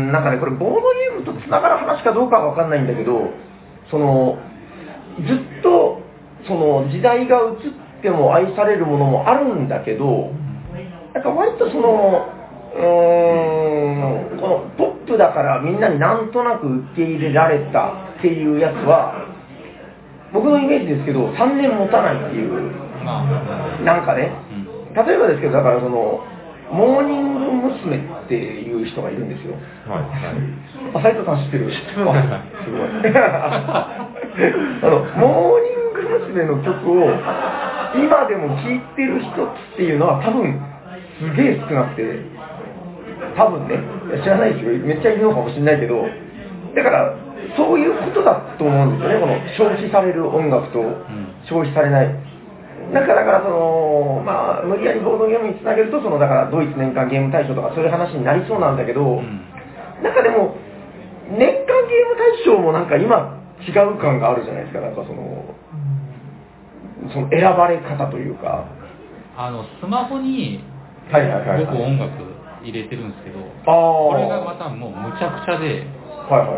B: なんかねこれボードゲームとつながる話かどうかは分かんないんだけど、そのずっとその時代が移っても愛されるものもあるんだけど、なんか割とそのうーんこのポップだからみんなになんとなく受け入れられたっていうやつは僕のイメージですけどさんねん持たないっていう、なんかね、例えばですけど、だからそのモーニング娘。っていう人がいるんですよ。はいはい、あ、斉藤さん知ってる？知ってます。すごい。あのモーニング娘。の曲を今でも聴いてる人っていうのは多分すげえ少なくて、多分ね、知らないですよ、めっちゃいるのかもしれないけど、だからそういうことだと思うんですよね、この消費される音楽と消費されない。なんかだからその、まあ、無理やりボードゲームにつなげると、そのだからドイツ年間ゲーム大賞とかそういう話になりそうなんだけど、うん、なんかでも、年間ゲーム大賞もなんか今違う感があるじゃないですか、なんかその、その選ばれ方というか。
A: あの、スマホに
B: はいはいはいはい、
A: 僕音楽入れてるんですけど、これがまたもうむちゃくちゃで、
B: はいはい、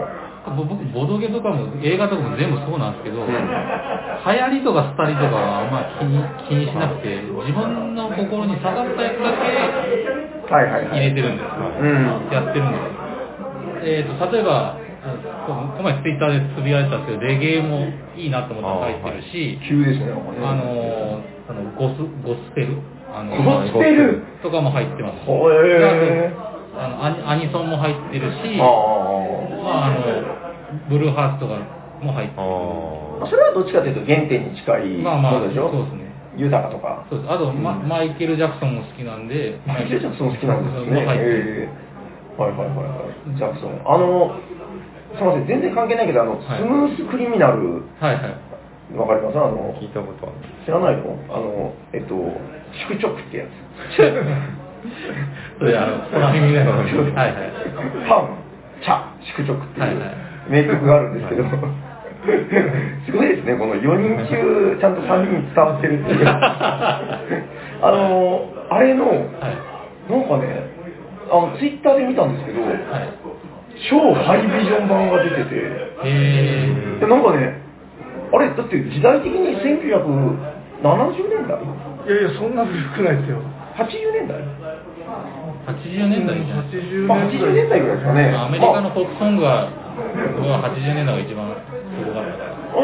A: 僕、ボドゲとかも映画とかも全部そうなんですけど、うん、流行りとか廃りとかはあんまり気に、気にしなくて、自分の心に刺さったやつだけ入れてるんですよ。はいはいはい、やってるんですよ。えーと、例えば、この前ツイッターでつぶやいてたんですけど、レゲエもいいなと思って入ってるし、
B: 急ですね、
A: あのあのゴスゴスペルあの
B: ゴスペル
A: とかも入ってますし、
B: へ
A: あのアニアニソンも入ってるし、
B: あ、
A: まあ、あのブルーハーツとかも入ってる。
B: それはどっちかというと原点に近い
A: まあまあ
B: そうでしょ。
A: そうですね。
B: 豊かとか。
A: そうです。あと、うんま、マイケル・ジャクソンも好きなんで、
B: マイケル・ジャクソン好きなんですね。
A: 入ってる。
B: はいはいはいはい。ジャクソン。あのすみません、全然関係ないけど、あの、はい、スムースクリミナル、
A: はいはい。
B: わかりますあの、
C: 聞いたことある。
B: 知らないのあの、えっと、シクチョクってやつ。
A: それ、あの、コナミみたいな。はいはい。
B: パン、チャ、シクチョクっていう名曲があるんですけど、はいはい、すごいですね、このよにん中、ちゃんとさんにんに伝わってるっていう。あの、あれの、はい、なんかね、あの、ツイッターで見たんですけど、はい、超ハイビジョン版が出てて、
A: へ
B: ーでなんかね、あれ、だって時代的にせんきゅうひゃくななじゅうねんだい
D: いやいや、そんな古くないですよ。
B: はちじゅうねんだい
A: はちじゅうねんだいじゃないですか。
B: はちじゅうねんだいぐらいですかね。
A: アメリカのポップソングは、はちじゅうねんだいが一番すごかったから。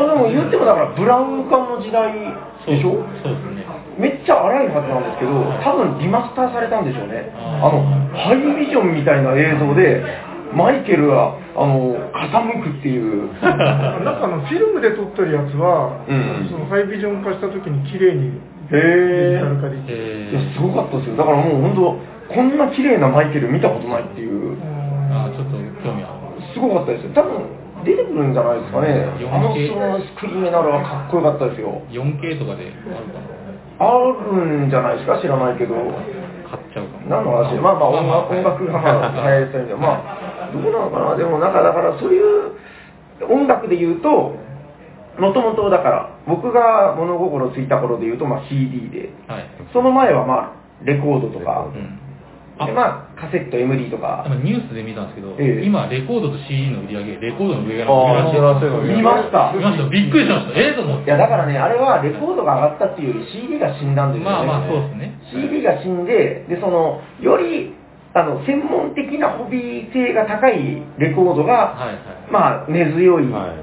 B: あでも言ってもだからブラウン管の時代でしょ。
A: そうですね。
B: めっちゃ荒いはずなんですけど、多分リマスターされたんでしょうね。あのハイビジョンみたいな映像でマイケルがあの傾くっていう
D: なんかあのフィルムで撮ってるやつは、うん、そのハイビジョン化した時に綺麗にデジタル化できて、
B: いやすごかったですよ。だからもう本当こんな綺麗なマイケル見たことないっていう。
A: あちょっと興味ある。
B: すごかったですよ。多分出てくるんじゃないですかね。あのスクリーンなのはかっこよかったですよ。
A: よんケー とかであるかな。
B: あるんじゃないですか、知らないけど。
A: 買っちゃうかも。
B: 何の話？まあまあ音楽、音楽がまあ流行ってるんで、まあどうなのかな。でもなんかだからそういう音楽で言うと、もともとだから僕が物心ついた頃で言うとまあ シーディー で、はい、その前はまあレコードとか。うんでまあ、カセット エムディー とか
A: ニュースで見たんですけど、
B: ええ、
A: 今レコードと シーディー の売り上げレコードの売り上げが
B: 見ました
A: 見ましたびっくりしましたええと思って。
B: いやだからねあれはレコードが上がったっていうより シーディー が死んだんですよね。
A: まあまあそうですね。
B: シーディー が死んででそのよりあの専門的なホビー性が高いレコードが、はいはい、まあ根強い、はい、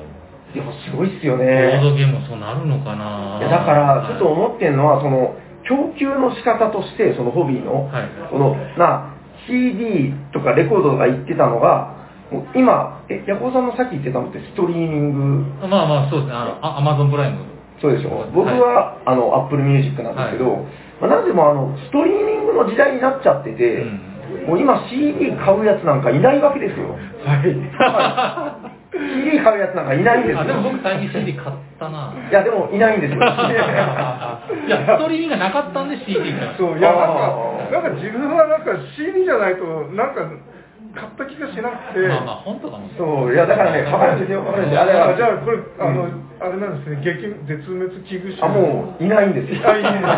B: でもすごいっすよね。
A: ボードゲームもそうなるのかな。
B: いやだからちょっと思ってるのはその供給の仕方としてそのホビーの、はい、そのなシーディー とかレコードが言ってたのがもう今えヤコウさんのさっき言ってたのってストリーミング。
A: まあまあそうですね。あアマゾンプライム
B: そうでしょ。僕は、はい、あのアップルミュージックなんですけど、はいまあ、なぜもあのストリーミングの時代になっちゃってて、うん、もう今 シーディー 買うやつなんかいないわけですよ。はい。はいシーディー 買うやつなんかいないんですよ。
A: あでも僕最近 シーディー 買ったな。
B: いやでもいないんですよ。い
A: やストリーミングがなかったんで シーディー 買った。
D: そういやなんかなんか自分はなんか シーディー じゃないとなんか買った気がしなくて。
A: まあまあ本当かもしれない。
B: そういやだからね分かるんですよ分かるんですよ。あれ
D: はじゃあこれあの、うん、あれなんですね激絶滅危惧種。
B: あもういないんですよ。いないん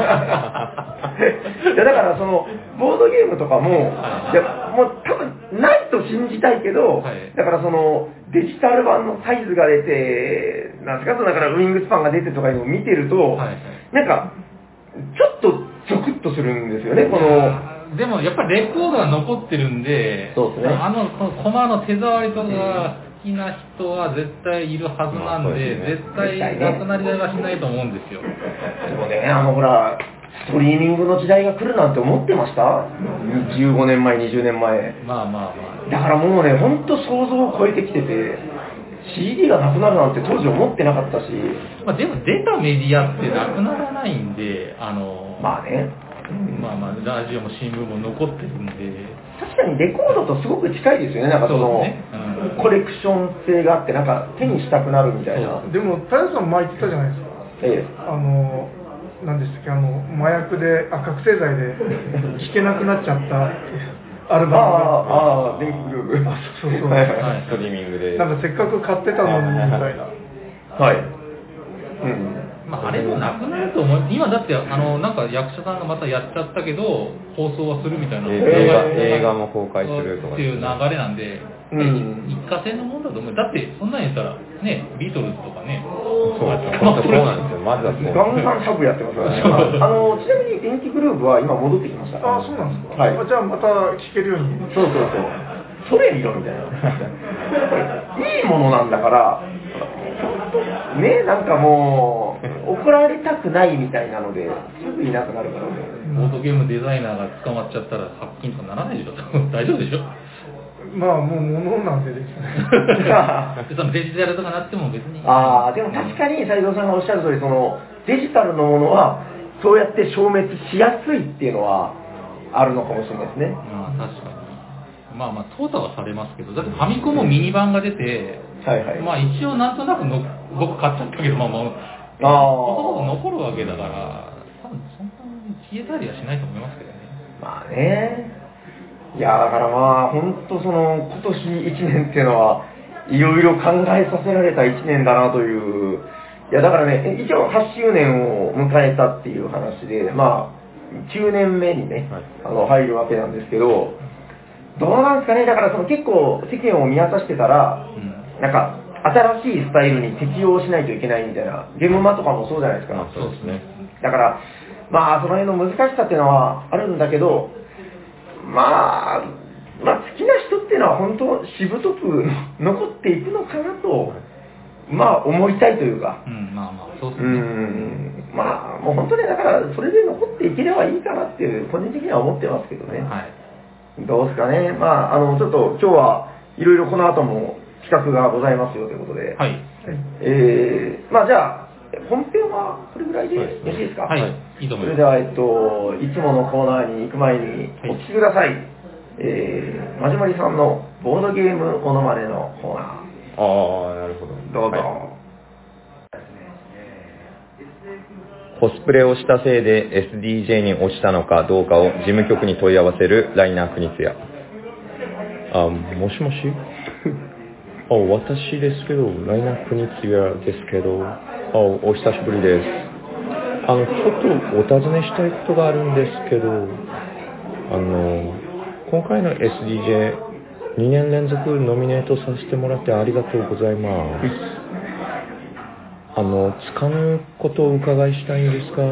B: ですよ。いやだからそのボードゲームとかも、はい、いやもう多分ないと信じたいけど、はい、だからそのデジタル版のサイズが出てなんですかだからウイングスパンが出てとかいうのを見てると、はい、なんかちょっとゾクッとするんですよねこの。
A: でもやっぱりレコードが残ってるんで、
B: そうですね、
A: あのコマの手触りとかが好きな人は絶対いるはずなんで、まあ、絶対なくなりはしないと思うんですよ。
B: でもねあのほらストリーミングの時代が来るなんて思ってました？じゅうごねんまえにじゅうねんまえ。
A: まあまあまあ。
B: だからもうね本当想像を超えてきてて シーディー がなくなるなんて当時思ってなかったし、
A: まあ、でも出たメディアってなくならないんであの
B: まあね
A: まあまあラジオも新聞も残ってるんで
B: 確かにレコードとすごく近いですよねなんかその、ねうん、コレクション性があってなんか手にしたくなるみたいな。
D: でも太陽さん前言ってたじゃないですか、
B: ええ、
D: あの何でしたっけあの麻薬であ覚醒剤で弾けなくなっちゃったアルバムが
B: ああ電気グループ
D: そうそう、
C: はい、ストリーミングで
D: なんかせっかく買ってたのにみたいな
B: はい、うん、
A: まあ、あれもなくなると思う。今だってあのなんか役者さんがまたやっちゃったけど放送はするみたいな、
C: 映画、映画も公開するとか、
A: っていう流れなんで、うん、一過性のもんだと思う。だってそんなん言ったらね、ビートルズとかね、
C: そう本当そうなんですよ。まずはそう。
B: ガンガンサブやってますからね。あのちなみに電気グループは今戻ってきました。
D: あ、そうなんですか。
B: はい。
D: じゃあまた聴けるように。
B: そうそうそう。それ見ろみたいな。いいものなんだから。ね、なんかもう怒られたくないみたいなのですぐいなくなるからね。
A: ボードゲームデザイナーが捕まっちゃったら発金とかならないでしょ。大丈夫でしょ。
D: まあもう物なんでですね。
A: そのデジタルとかなっても別に。
B: ああ、でも確かに斉藤さんがおっしゃる通り、そのデジタルのものはそうやって消滅しやすいっていうのはあるのかもしれないですね。
A: まあ確かに。まあまあ淘汰はされますけど、だってファミコンもミニ版が出て、はいはい、まあ一応なんとなくの僕買っちゃったけど、まあまあ、ほとんど残るわけだから、多分そんなに消えたりはしないと思いますけどね。
B: まあね。いやだからまあ本当その今年いちねんっていうのはいろいろ考えさせられたいちねんだなという。いやだからね、一応はちしゅうねんを迎えたっていう話で、まあきゅうねんめにね、はい、あの入るわけなんですけど、どうなんですかね。だからその結構世間を見渡してたら、うん、なんか新しいスタイルに適応しないといけないみたいな、ゲームマとかもそうじゃないですか。
A: そうですね。
B: だからまあその辺の難しさっていうのはあるんだけど、まあまあ好きな人っていうのは本当しぶとく残っていくのかなと、まあ思いたいというか、
A: うん、まあまあそうですね。
B: うん、まあもう本当にだからそれで残っていければいいかなっていう個人的には思ってますけどね。はい。どうですかね。まあ、あの、ちょっと今日はいろいろこの後も企画がございますよということで。はい。えー、まあじゃあ、本編はこれぐらいでよろしいですか。
A: はい。はい、いいと思います。
B: それでは、えっと、いつものコーナーに行く前にお聞きください。はい、えー、まじまりさんのボードゲームモノマネのコーナー。
C: ああ、なるほど。
B: どうぞ。はい、
C: コスプレをしたせいで エスディージェー に落ちたのかどうかを事務局に問い合わせるライナー・クニツヤ。あ、もしもしあ、私ですけど、ライナー・クニツヤですけど、あ、お久しぶりです。あの、ちょっとお尋ねしたいことがあるんですけど、あの、今回の エスディージェーにねん連続ノミネートさせてもらってありがとうございます。あの、つかぬことをお伺いしたいんですが、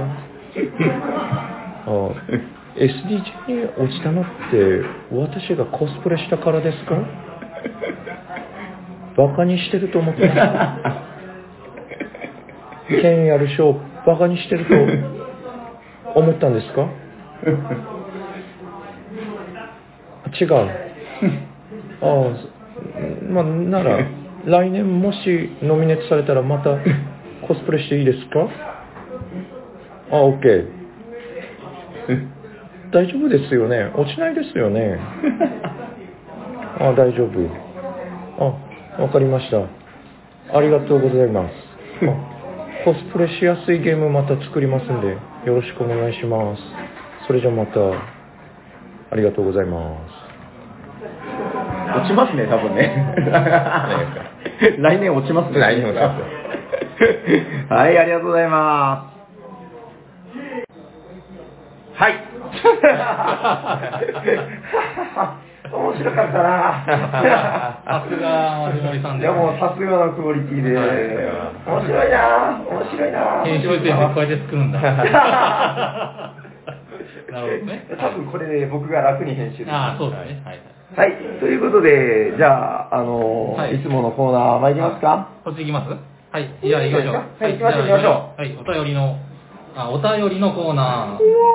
C: あ エスディージェー に落ちたのって私がコスプレしたからですか？バカにしてると思ってます。権威ある賞バカにしてると思ったんですか？違う。ああ、まあ、なら来年もしノミネートされたらまたコスプレしていいですか？あ、OK。大丈夫ですよね。落ちないですよね。あ、大丈夫。あ、わかりました。ありがとうございます。あ、コスプレしやすいゲームまた作りますんで、よろしくお願いします。それじゃまた、ありがとうございます。
B: 落ちますね、多分ね。来年落ちますね。
C: 来年落ちます。
B: はい、ありがとうございます。はい。面白かったな。
A: さすがまじまりさんで、
B: ね。いやもうさすがのクオリティで、面白いな、面白いな。
A: 編集点でこうやって作るんだ。なるほどね。
B: 多分これで僕が楽に編集できる。
A: ああ、そうですね。はい。
B: はい、ということで、じゃあ、あのーはい、いつものコーナー参りますか？
A: こっち行きます？はい、じゃあ行きましょう。
B: はい、行きましょう、行きましょう。
A: はい、お便りの、あ、お便りのコーナー。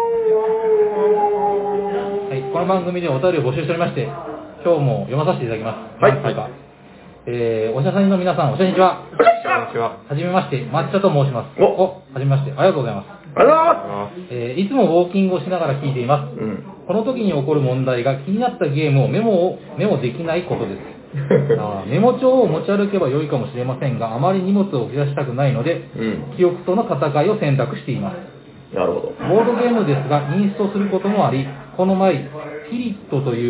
A: はい、この番組でお便りを募集しておりまして、今日も読まさせていただきます。はい。はい、えー、おしゃさんの皆さん、おしゃにちは。
C: こんにちは。
A: はじめまして、抹茶と申します。お、はじめまして、ありがとうございます。
B: ありがとうございます。
A: えー、いつもウォーキングをしながら聞いています。うん、この時に起こる問題が気になったゲームをメモをメモできないことです。あメモ帳を持ち歩けば良いかもしれませんが、あまり荷物を増やしたくないので、うん、記憶との戦いを選択しています。
B: なるほど。
A: ボードゲームですが、インストすることもあり、この前、キリットという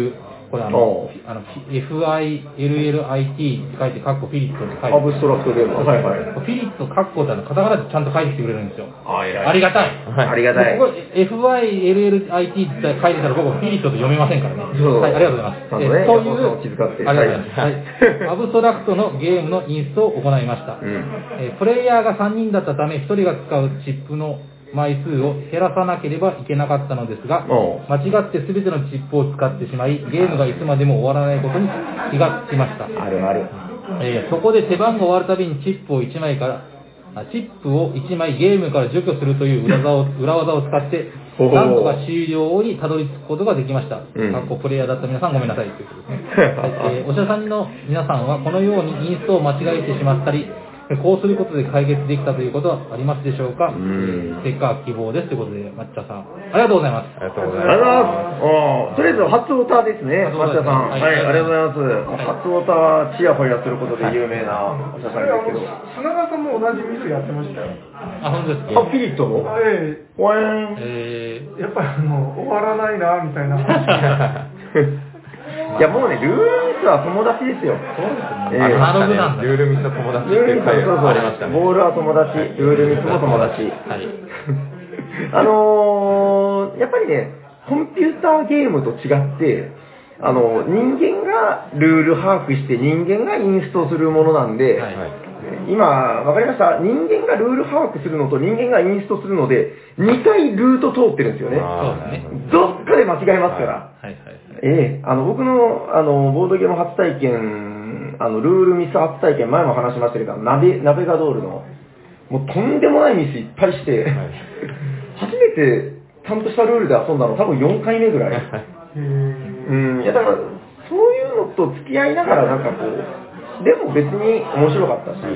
A: これあの、あの エフアイエルエルアイティー って書いて、カッコフィリットって書いて。
B: アブストラクトゲーム。はいはい。
A: フィリットカッコってあの、カタカナでちゃんと書いてきてくれるんですよ。
B: あ、偉い。
A: ありがたい。
B: ありがたい。
A: ここ エフアイエルエルアイティー って書いてたら僕フィリットと読めませんからね。
B: そう。
A: はい、ありがとうございます。
B: ちゃんとね、
A: そういう、
B: 気遣って。
A: ありがとうございます。はい。アブストラクトのゲームのインストを行いました。うん、えー、プレイヤーがさんにんだったため、ひとりが使うチップの枚数を減らさなければいけなかったのですが、間違って全てのチップを使ってしまい、ゲームがいつまでも終わらないことに気がつきました。
B: あるある。
A: えー、そこで手番が終わるたびにチップをいちまいから、チップをいちまいゲームから除去するという裏技を、裏技を使って、なんとか終了にたどり着くことができました。うん、かっこプレイヤーだった皆さんごめんなさいということですね。はい、えー、おしゃさんの皆さんはこのようにインストを間違えてしまったり、こうすることで解決できたということはありますでしょうか。うん、ステッカー希望ですということで、抹茶さん、ありがとうございます。
C: ありがとうございます。
B: あとりあえず初オタですね、抹茶さん。はい、はい、ありがとうございます。はい、初オタはチヤホヤすることで有名なおしゃさんですけど。
D: 砂川さんも同じミスやってましたよ。
A: あ、本当ですか。
B: あ、フィリットの
D: ええー。
B: わえ
D: ー。やっぱりあの、終わらないな、みたいな話。
B: いやもうね、ルールミスは友達ですよ。
A: そうですね。アナログなんだ。
C: ルールミスは友達っていう回がありましたね。
B: ボールは友達、ルールミスも友達。はい。あのー、やっぱりね、コンピューターゲームと違って、あの、人間がルール把握して人間がインストするものなんで、はいはい、今、わかりました。人間がルール把握するのと人間がインストするので、にかいルート通ってるんですよね。そうですね。どっかで間違えますから。はいはいはい。ええー、あの、僕の、あの、ボードゲーム初体験、あの、ルールミス初体験、前も話しましたけど、ナベ、ナベガドールの、もうとんでもないミスいっぱいして、はい、初めてちゃんとしたルールで遊んだの多分よんかいめぐらい。うん、いやだから、そういうのと付き合いながらなんかこう、でも別に面白かったし。うん、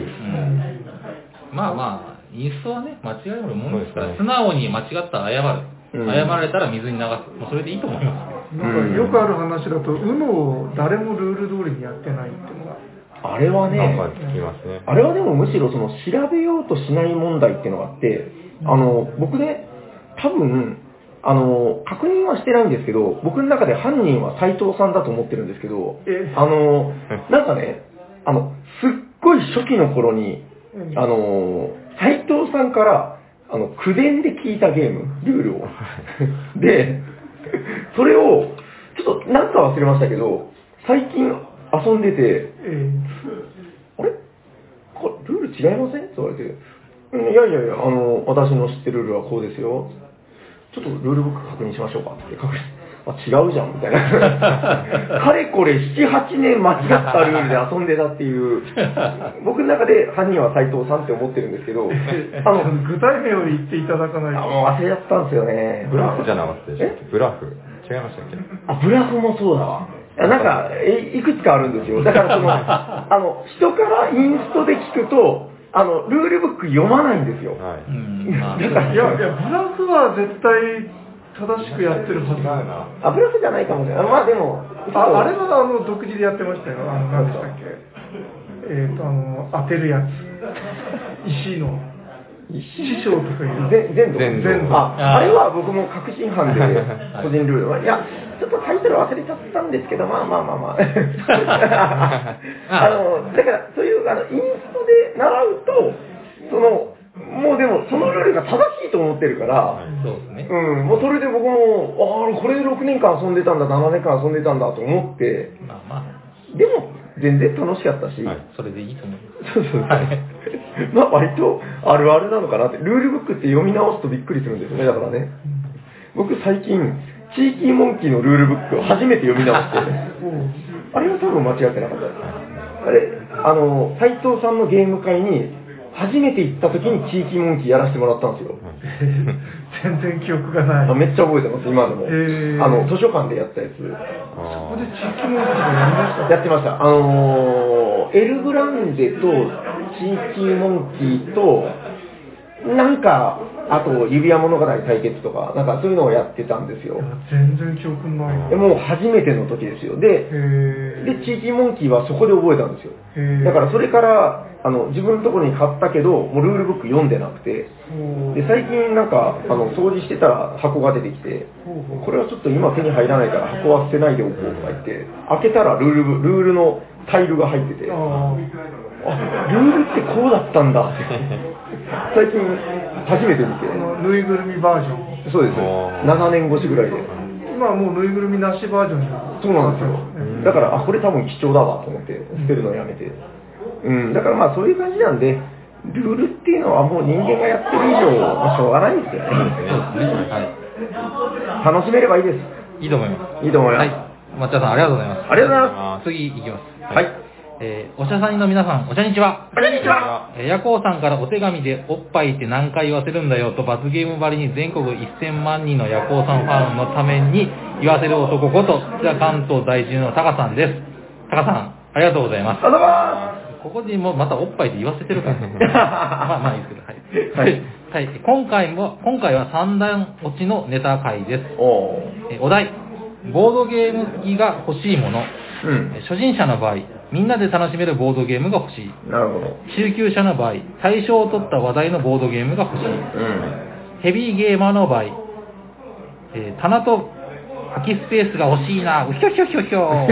A: まあまあ、インストはね、間違えるもんですから、素直に間違ったら謝る。うん、謝られたら水に流す。もうそれでいいと思います。
D: なんかよくある話だと、ウノを誰もルール通りにやってないっていうのが。
B: あれはね、
C: なんか聞きますね。
B: あれはでもむしろその調べようとしない問題っていうのがあって、あの、僕ね、多分、あの、確認はしてないんですけど、僕の中で犯人は斉藤さんだと思ってるんですけど、あの、なんかね、あの、すっごい初期の頃に、あの、斉藤さんから、あの、口伝で聞いたゲーム、ルールを。で、それを、ちょっとなんか忘れましたけど、最近遊んでて、あれこれルール違いませんって言われて、いやいやいや、あの、私の知ってるルールはこうですよ。ちょっとルールブック確認しましょうかって確認。あ、違うじゃんみたいな。かれこれなな、はちねん間違ったルールで遊んでたっていう、僕の中で犯人は斉藤さんって思ってるんですけど、
D: あの、具体名を言っていただかないと。
B: あ、もう忘れちゃったんですよね。
C: ブラフじゃなかったでしょ。ブラフ。違いましたっけ？
B: あ、ブラフもそうだわ。なんか、え、いくつかあるんですよ。だからその、あの、人からインストで聞くと、あの、ルールブック読まないんですよ。はい。
D: だから、いや、いや、ブラフは絶対正しくやってるはずだな。
B: あ、ブラフじゃないかもしれない。まあでも、
D: あ、あれはあの、独自でやってましたよ。あの、何でしたっけ。えっ、ー、と、あの、当てるやつ。石の。師匠とかいう。
B: 全部。全部。あ、あれは僕も確信犯で、個人ルールは。いや、ちょっとタイトル忘れちゃったんですけど、まあまあまあまあ。あの、だから、そういう、あの、インストで習うと、その、もうでも、そのルールが正しいと思ってるから、
A: そうですね。
B: うん、もうそれで僕も、ああ、これでろくねんかん遊んでたんだ、ななねんかん遊んでたんだと思って、
A: まあまあ。
B: でも、全然楽しかったし、
A: はい、それでいいと思います。
B: そうそう。はい。まあ割とあるあるなのかなって、ルールブックって読み直すとびっくりするんですよね、だからね。僕最近、地域モンキーのルールブックを初めて読み直して、あれは多分間違ってなかったです。あれ、あの、斉藤さんのゲーム会に、初めて行った時に地域モンキーやらせてもらったんですよ。
D: 全然記憶がない。
B: めっちゃ覚えてます、今でも。あの、図書館でやったやつ。そ
D: こで地域モンキーとかやりました？
B: やってました。あのー、エルグランデと地域モンキーと、なんか、あと、指輪物語対決とか、なんかそういうのをやってたんですよ。
D: 全然記憶ない。
B: もう初めての時ですよ。で、で、地域モンキーはそこで覚えたんですよ。だからそれから、 あの自分のところに買ったけどもうルールブック読んでなくて、で最近なんかあの掃除してたら箱が出てきて、これはちょっと今手に入らないから箱は捨てないでおこうとか言って開けたらルールブルールのタイルが入ってて、あルールってこうだったんだって最近初めて見て、
D: ぬいぐるみバージョン。
B: そうです、ななねん越しぐらいで。
D: 今はもうぬいぐるみなしバージョンに。
B: そうなんですよ、だからあこれ多分貴重だわと思って捨てるのやめて、うん、だからまあそういう感じなんで、ルールっていうのはもう人間がやってる以上、まあ、しょうがないんですよね。はい、楽しめればいいです。
A: いいと思います。
B: いいと思います。
A: はい、抹茶さんありがとうございます。
B: ありがとうございます。
A: 次いきます。
B: はい。
A: えー、おしゃさんの皆さん、おしゃにちは。
B: こんにちは。
A: えー、ヤコウさんからお手紙でおっぱいって何回言わせるんだよと罰ゲームばりに全国せんまんにんのヤコウさんファンのために言わせる男こと北関東在住のタカさんです。タカさん、ありがとうございます。
B: ありがとうございます。
A: ここでもうまたおっぱいって言わせてるからね。まあまあいいですけど、はい。はい。はい、今回も、今回は三段落ちのネタ会です。
B: お
A: えお題、ボードゲーム好きが欲しいもの。
B: うん、
A: 初心者の場合、みんなで楽しめるボードゲームが欲しい。
B: なるほど。
A: 中級者の場合、対象を取った話題のボードゲームが欲しい。
B: うん、
A: ヘビーゲーマーの場合、えー、棚と空きスペースが欲しいな、うひょひょひょひょ。はい。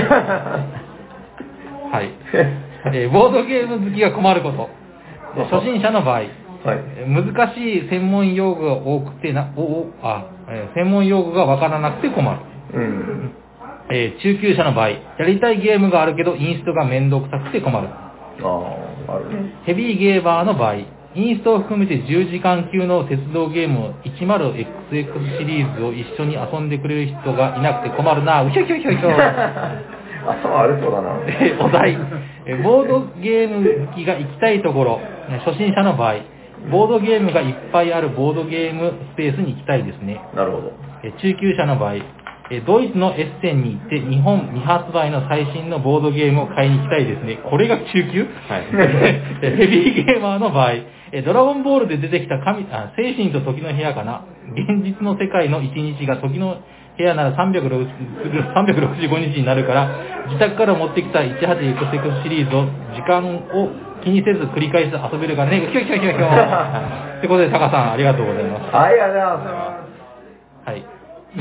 A: えー、ボードゲーム好きが困ること。初心者の場合、はい、難しい専門用語が多くてな、おおあ、えー、専門用語がわからなくて困る。
B: うん
A: えー、中級者の場合、やりたいゲームがあるけどインストがめんどくさくて困る。
B: ああ、あるね。
A: ヘビーゲーマーの場合、インストを含めてじゅうじかん級の鉄道ゲーム じゅうエックスエックス シリーズを一緒に遊んでくれる人がいなくて困るな、うひょひょひょひょ。
B: 頭悪そうだな。
A: お題、ボードゲーム好きが行きたいところ、初心者の場合、ボードゲームがいっぱいあるボードゲームスペースに行きたいですね。
B: なるほど。
A: 中級者の場合、ドイツのエッセンに行って日本未発売の最新のボードゲームを買いに行きたいですね。これが中級、はい、ヘビーゲーマーの場合、ドラゴンボールで出てきた神あ精神と時の部屋かな。現実の世界のいちにちが時の部屋ならさんびゃくろくじゅうごにちになるから、自宅から持ってきた じゅうはちエックスエックス シリーズを時間を気にせず繰り返し遊べるからね。ひょひょひょひょ。ってことで、タカさんありがとうございます。
B: ありがとうございます。
A: はい。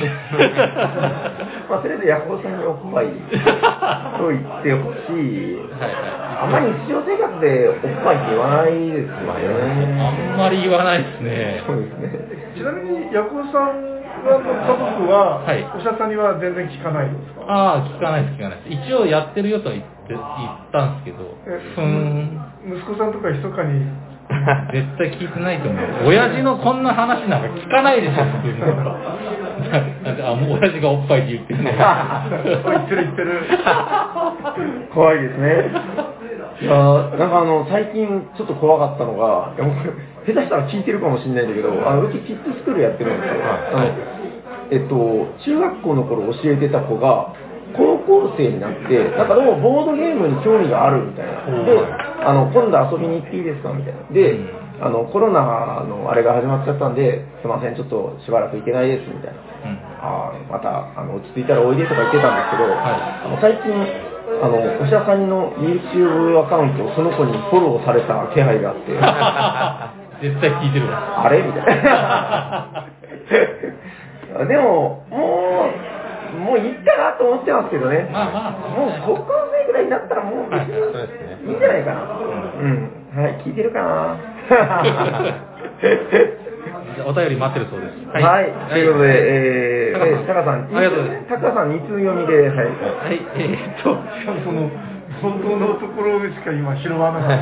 B: まあ、とりあえずヤコウさんにおっぱいと言ってほしい、はいはい、あんまり日常生活でおっぱいって言わないですよね。
A: あんまり言わないですね。
B: そうですね。
D: ちなみにヤコウさんの家族は、はい、おしゃさんには全然聞かないんですか？あ
A: あ、聞かないです聞かないです。一応やってるよと言って言ったんですけど、ふーん
D: 息子さんとか密かに
A: 絶対聞いてないと思う。親父のこんな話なんか聞かないでしょ、普通に。なんか、あ、もう親父がおっぱいって言ってるね。
D: 言ってる言ってる。
B: 怖いですね。いやなんかあの、最近ちょっと怖かったのが、いやもう下手したら聞いてるかもしれないんだけど、あのうちキッズスクールやってるんですよ。あのえっと、中学校の頃教えてた子が、高校生になって、なんかどうもボードゲームに興味があるみたいな。で、あの、今度遊びに行っていいですかみたいな。で、あの、コロナのあれが始まっちゃったんで、すいません、ちょっとしばらく行けないです、みたいな。うん、あまた、あの、落ち着いたらおいでとか言ってたんですけど、はい、あの最近、あの、おしゃさんの YouTube アカウントをその子にフォローされた気配があ
A: って。絶対聞いてるわ。
B: あれみたいな。でも、もう、もういいかなと思ってますけどね。
A: まあまあ、
B: もう高校生ぐらいになったらもう別にいいんじゃないかな。うん。はい、聞いてるかな。
A: お便り待ってるそうです。
B: はい。はい、ということで、えー、タカさん、ありがとうございます。タカさんに通読みで、はい。はい、
A: えー、っと、
D: その、本当のところしか今拾わなかった。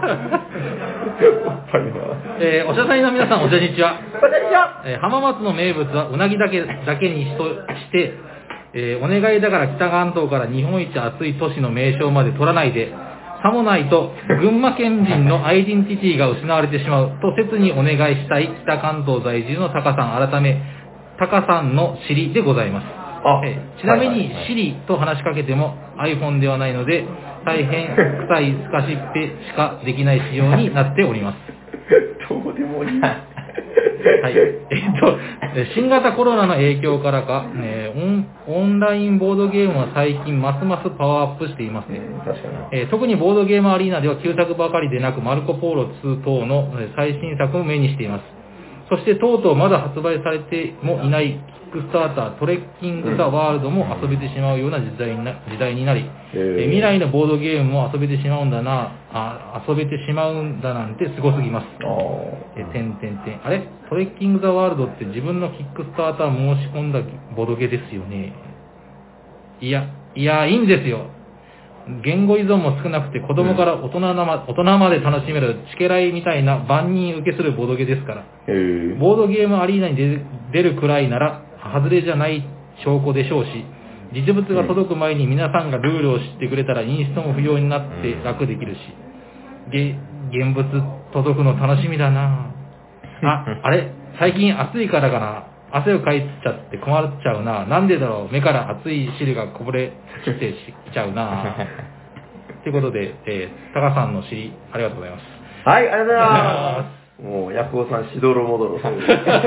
A: えー、おしゃさんの皆さん、おしゃにちは。
B: おしゃにちは。
A: えー、浜松の名物はうなぎだけだけにしとして、えー、お願いだから北関東から日本一暑い都市の名称まで取らないで、さもないと群馬県人のアイデンティティが失われてしまうと切にお願いしたい北関東在住のタカさん改め、タカさんのシリでございます。えー、ちなみにシリと話しかけても iPhone ではないので大変臭いスカシッペしかできない仕様になっております。
B: どうでもいい。
A: はい。えっと、新型コロナの影響からか、えーオン、オンラインボードゲームは最近ますますパワーアップしていますね。
B: 確かに。
A: えー特にボードゲームアリーナでは旧作ばかりでなく、マルコ・ポーロツー等のえー最新作も目にしています。そしてとうとうまだ発売されてもいないキックスターター、トレッキング・ザ・ワールドも遊べてしまうような時代にな時代になり、えー未来のボードゲームも遊べてしまうんだな、あ遊べてしまうんだなんてすごすぎます。
B: あ
A: えー、てんてんてん。あれトレッキング・ザ・ワールドって自分のキックスターター申し込んだボドゲですよね。いや、いや、いいんですよ。言語依存も少なくて子供から大人なま、大人まで楽しめるチケライみたいな万人受けするボドゲですから。
B: へー
A: ボードゲームアリーナに出る出るくらいなら外れじゃない証拠でしょうし、実物が届く前に皆さんがルールを知ってくれたらインストも不要になって楽できるし、げ現物届くの楽しみだなあ、あれ最近暑いからかな、汗をかいちゃって困っちゃうな、なんでだろう、目から熱い汁がこぼれきてきちゃうなということで、えー、タカさんの尻ありがとうございます。
B: はい、ありがとうございます。もう、ヤクオさん、しどろもどろ。やっ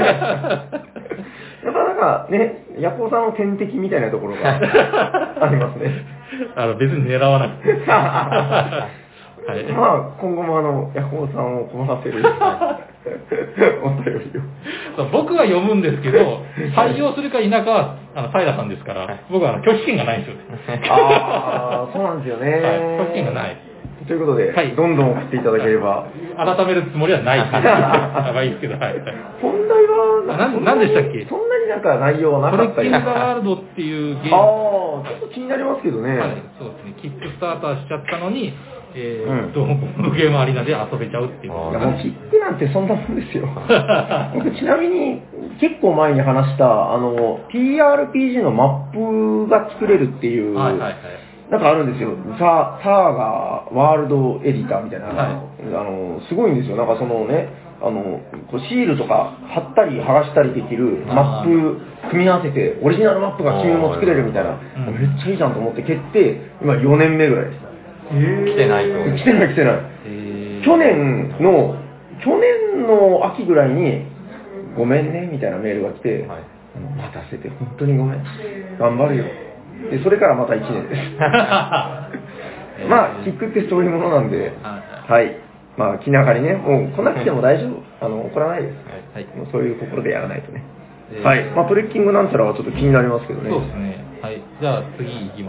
B: ぱなんかね、ヤクオさんの天敵みたいなところがありますね。
A: あの別に狙わなくて。はい、
B: まあ、今後もあの、ヤクオさんを困らせるお便りを。
A: 僕は読むんですけど、採用するか否かは、あの、平さんですから、僕はあの拒否権がないんですよ。
B: ああ、そうなんですよね。
A: はい、拒否権がない。
B: ということで、
A: はい、
B: どんどん送っていただければ。
A: 改めるつもりはないです。まあいいですけど、はい。
B: 本題は
A: な、なんでしたっけ？
B: そんなになんか内容はなかったり。
A: トレッキング・ザ・ワールドっていうゲーム。
B: ああ、ちょっと気になりますけどね。
A: はい、そうですね。キックスターターしちゃったのに、えー、っと、うん、ゲームアリーナで遊べちゃうっていう。
B: いや、もうキックなんてそんなもんですよ。僕、ちなみに、結構前に話した、あの、ティーアールピージー のマップが作れるっていう、
A: はいはいはい。
B: なんかあるんですよ。サー、サーガーワールドエディターみたいな、はい、あの、すごいんですよ。なんかそのね、あの、こうシールとか貼ったり剥がしたりできるマップ組み合わせて、オリジナルマップが君も作れるみたいな、めっちゃいいじゃんと思って決定、今よねんめぐらいです。
C: えー、来てないと。
B: 来てない来てない。えー、去年の、去年の秋ぐらいに、ごめんね、みたいなメールが来て、はい、待たせて、本当にごめん。頑張るよ。で、それからまたいちねんです。まあ、キックってそういうものなんで、はい。まあ、気長にね、もう来なくても大丈夫。あの、怒らないです。はい。もうそういう心でやらないとね。はい。まあ、トレッキングなんちゃらはちょっと気になりますけどね。
A: そうですね。はい。じゃあ、次いきます。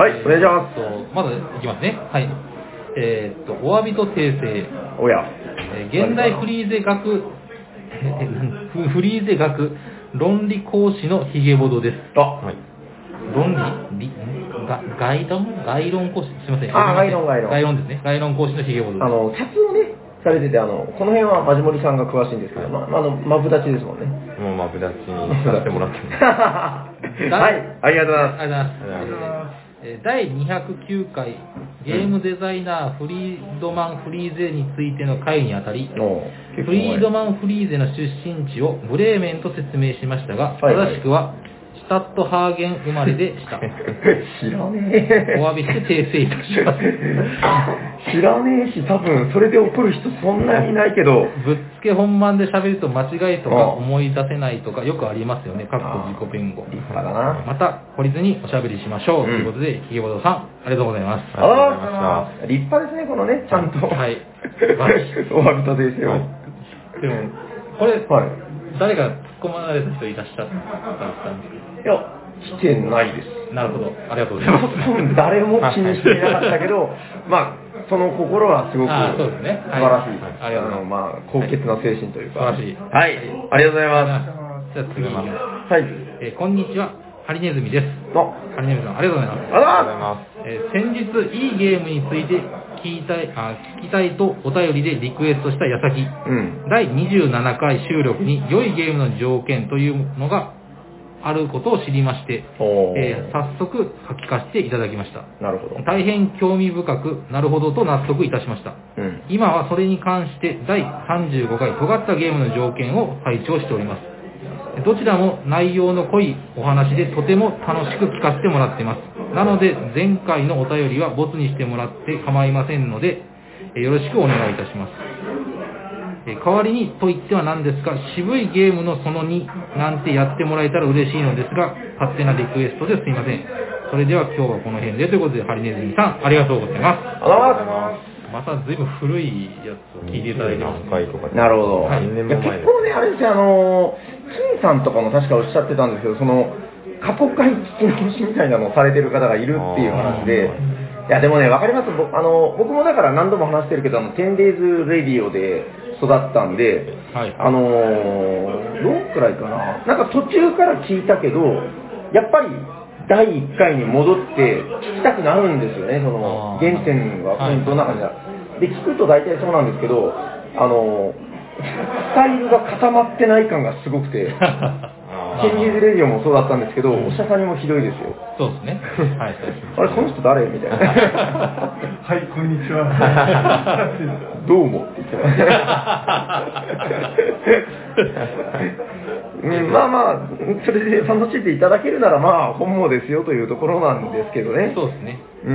B: はい、お願いします。
A: まずいきますね。はい。えー、っと、お詫びと訂正。
B: おや。
A: えー、現代フリーゼ学、えー、フリーゼ学論理講師のヒゲボドです。
B: あ、はい。
A: 論理が概論概論講師すみません。
B: あ、概論概論。
A: 概論ですね。概論講師のヒゲボドです。
B: あの、チャツをね、されてて、あの、この辺はマジモリさんが詳しいんですけど、まあ、あの、マブダチですもんね。
C: もうマブダチにさせてもらってます。
B: はい、ありがとうございます。
A: ありがとうございます。だいにひゃくきゅうかいゲームデザイナーフリードマン・フリーゼについての会にあたり、フリードマン・フリーゼの出身地をブレーメンと説明しましたが、正しくはシュタットハーゲン生まれでした。
B: 知らねえ。
A: お詫びして訂正いたします。
B: 知らねえし、多分それで怒る人そんなにいないけど。
A: ぶっつけ本番で喋ると間違いとか思い出せないとかよくありますよね。かっこ自己弁護。
B: 立派だな。
A: また懲りずにおしゃべりしましょう。ということで、ひげぼどさん、ありがとうございます。
B: ありがとうございました。立派ですね、このね、ちゃんと。
A: はい。
B: お詫びと訂正を。
A: でも、これ、誰か突っ込まれた人いらっしゃったんですか？
B: いや、来てないです。
A: なるほど。ありがとうございます。
B: 誰も気にしていなかったけど、まあ、その心はすごく素晴らしい。あの、まあ、高潔な精神というか。
A: 素晴らしい。
B: はい。ありがとうございます。
A: じゃあ次。は
B: い。
A: えこんにちは。ハリネズミです。
B: あ、
A: ハリネズミさん、ありがとうございます。
B: ありがとうございます。
A: えー、先日、いいゲームについて聞きたい、あ、聞きたいとお便りでリクエストした矢先、うん、だいにじゅうななかい収録に良いゲームの条件というのがあることを知りまして、えー、早速書き化していただきました。
B: なるほど。
A: 大変興味深く、なるほどと納得いたしました。うん、今はそれに関してだいさんじゅうごかい尖ったゲームの条件を拝聴しております。どちらも内容の濃いお話でとても楽しく聞かせてもらっています。なので前回のお便りはボツにしてもらって構いませんのでよろしくお願いいたします。 えー代わりにと言ってはなんですが、渋いゲームのそのになんてやってもらえたら嬉しいのですが、勝手なリクエストですいません。それでは今日はこの辺でということで、ハリネズミさん、ありがとうございます。
B: ありがとうございます。
A: また随分古いやつを聞いていただいてます、ね。
B: なるほど。
A: はい、
B: いや結構ね、あれですよ、あの、金さんとかも確かおっしゃってたんですけど、その、過去回聞き直しみたいなのをされてる方がいるっていう話で、いやでもね、わかります。僕あの僕もだから何度も話してるけど、あの、テンデイズ レディオで育ったんで、はい、あのー、どんくらいかな。なんか途中から聞いたけど、やっぱり、だいいっかいに戻って聞きたくなるんですよね、その原点はどんな感じだ、はい、で聞くと大体そうなんですけど、あのスタイルが固まってない感がすごくてケンジーズレディオもそうだったんですけど、お医者さんにもひどいですよ。
A: そうですね。はい、
B: あれ、この人誰みたいな。
D: はい、こんにちは。
B: どうもって言ってました。うん、まあまあ、それで楽しんでいただけるなら、まあ、本望ですよというところなんですけどね。
A: そうですね。
B: うん。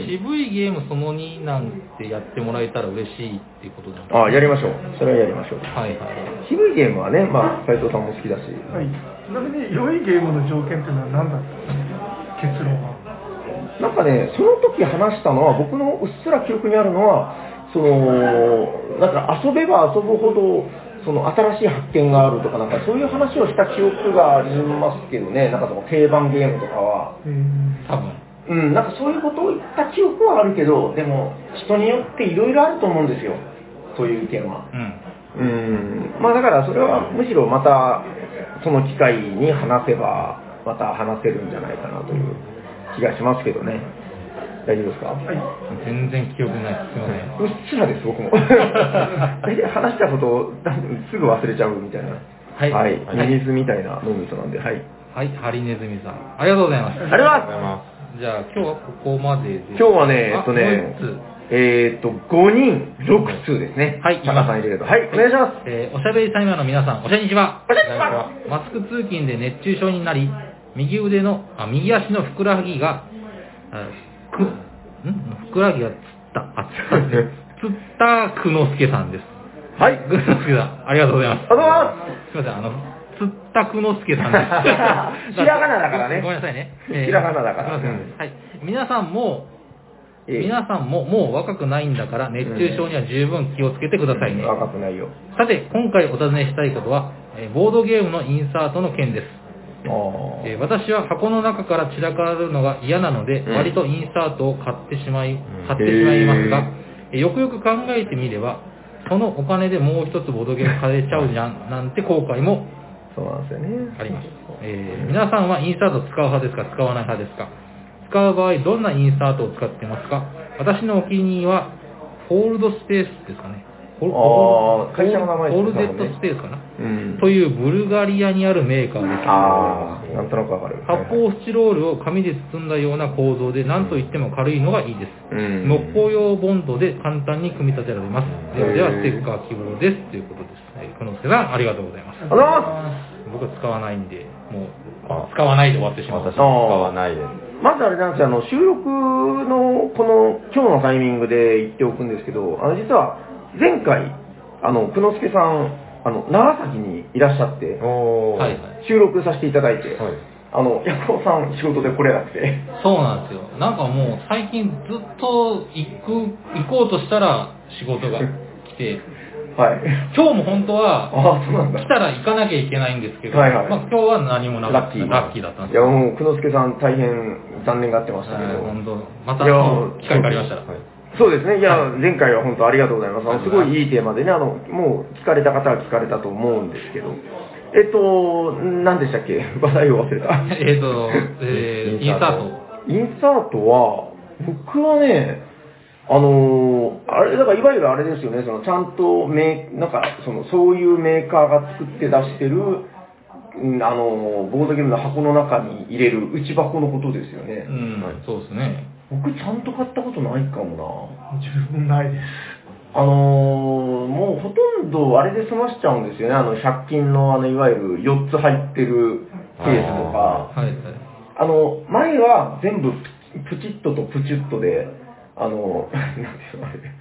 A: 渋いゲームそのになんてやってもらえたら嬉しいっていうことなんですね。
B: ああ、やりましょう。それはやりましょう。
A: はいはい。
B: 渋いゲームはね、まあ、斉藤さんも好きだし。
D: はい。ちなみに、良いゲームの条件っていうのは何だったんですか、結論は。
B: なんかね、その時話したのは、僕のうっすら記憶にあるのは、その、なんか遊べば遊ぶほど、その新しい発見があるとか、なんかそういう話をした記憶がありますけどね、なんかその定番ゲームとかは。
D: うん、
A: 多分。
B: うん、なんかそういうことを言った記憶はあるけど、でも人によっていろいろあると思うんですよ、そういう意見は。うん。うん、まあだからそれはむしろまたその機会に話せば、また話せるんじゃないかなという気がしますけどね。大丈夫ですか？はい。
A: 全然記憶ないです。すみません。
B: うっすらです、僕も。大体話したことをすぐ忘れちゃうみたいな。はい。はい。ミミズみたいな脳みそなんで、はい。
A: はい、ハリネズミさん。ありがとうございます。
B: ありがとうございます。
A: じゃあ、今日はここまでで。
B: 今日はね、えっとね、えー、っと、ごにん、ろく通ですね。
A: はい。
B: タカさん入れると。はい、お願いします。
A: えー、おしゃべりサイマーの皆さん、おしゃにちは。
B: おしゃにちは。
A: マスク通勤で熱中症になり、右腕の、あ、右足のふくらはぎが、く、んふくらはぎがつった、あ、つったですね。つったくのすけさんです。
B: はい。
A: くのすけさん、ありがとうございます。
B: ありがとうございます。
A: すみません、あの、つったくのすけさんです。
B: ひらがなだからね。
A: ごめんなさいね。
B: ひらがなだから。
A: はい。皆さんも、皆さんももう若くないんだから熱中症には十分気をつけてくださいね。
B: 若くないよ。
A: さて、今回お尋ねしたいことは、ボードゲームのインサートの件です。えー、私は箱の中から散らかるのが嫌なので、うん、割とインサートを買ってしまい、買ってしまいますが、えー、よくよく考えてみれば、そのお金でもう一つボードゲーム買えちゃうじゃん、なんて後悔も
B: そうなんですよね。
A: あります。えー、皆さんはインサート使う派ですか、使わない派ですか？使う場合、どんなインサートを使ってますか？私のお気に入りは、フォールドスペースですかね。
B: ああ、会社の名前
A: ですね。フォールデッドスペースかな、
B: うん、
A: というブルガリアにあるメーカーです。
B: ああ、なんとなくわかる。
A: 発泡スチロールを紙で包んだような構造で、何といっても軽いのがいいです。うん、木工用ボンドで簡単に組み立てられます。ではでは、ステッカー希望です。ということです。久之助さん、ありがとうございます。
B: ありがとうございます。
A: 僕は使わないんで、もう、使わないで終わってしまう。
C: 私は使わないです。
B: まずあれなんですよ、あの、収録の、この、今日のタイミングで言っておくんですけど、あの、実は、前回、あの、久之助さん、あの、長崎にいらっしゃって、
A: はい、
B: 収録させていただいて、はい、あの、ヤコウさん仕事で来れなくて。
A: そうなんですよ。なんかもう、最近ずっと行く、行こうとしたら仕事が来て、はい、今日も本当は来たら行かなきゃいけないんですけど、はいはい、まあ、今日は何もなかった。ラッキーだったんです。
B: いやもう久之助さん大変残念がってましたけど、
A: 本当また機会がありましたら。
B: そうですね。いや、前回は本当ありがとうございます。あのすごいいいテーマでね、あのもう聞かれた方は聞かれたと思うんですけど、えっと何でしたっけ、話題を忘れた。
A: えっと、えー、インサート。
B: インサートは僕はね。あのー、あれ、だからいわゆるあれですよね、そのちゃんとメー、なんか、その、そういうメーカーが作って出してる、うん、あのー、ボードゲームの箱の中に入れる内箱のことですよね。
A: うん、はい、そうですね。
B: 僕ちゃんと買ったことないかもな。
D: 自分ないです。
B: あのー、もうほとんどあれで済ましちゃうんですよね、あの、ひゃく均の、あの、いわゆるよっつ入ってるケースとか。
A: はいはい。
B: あの、前は全部プチッととプチッとで、あの、なんていうのあれ、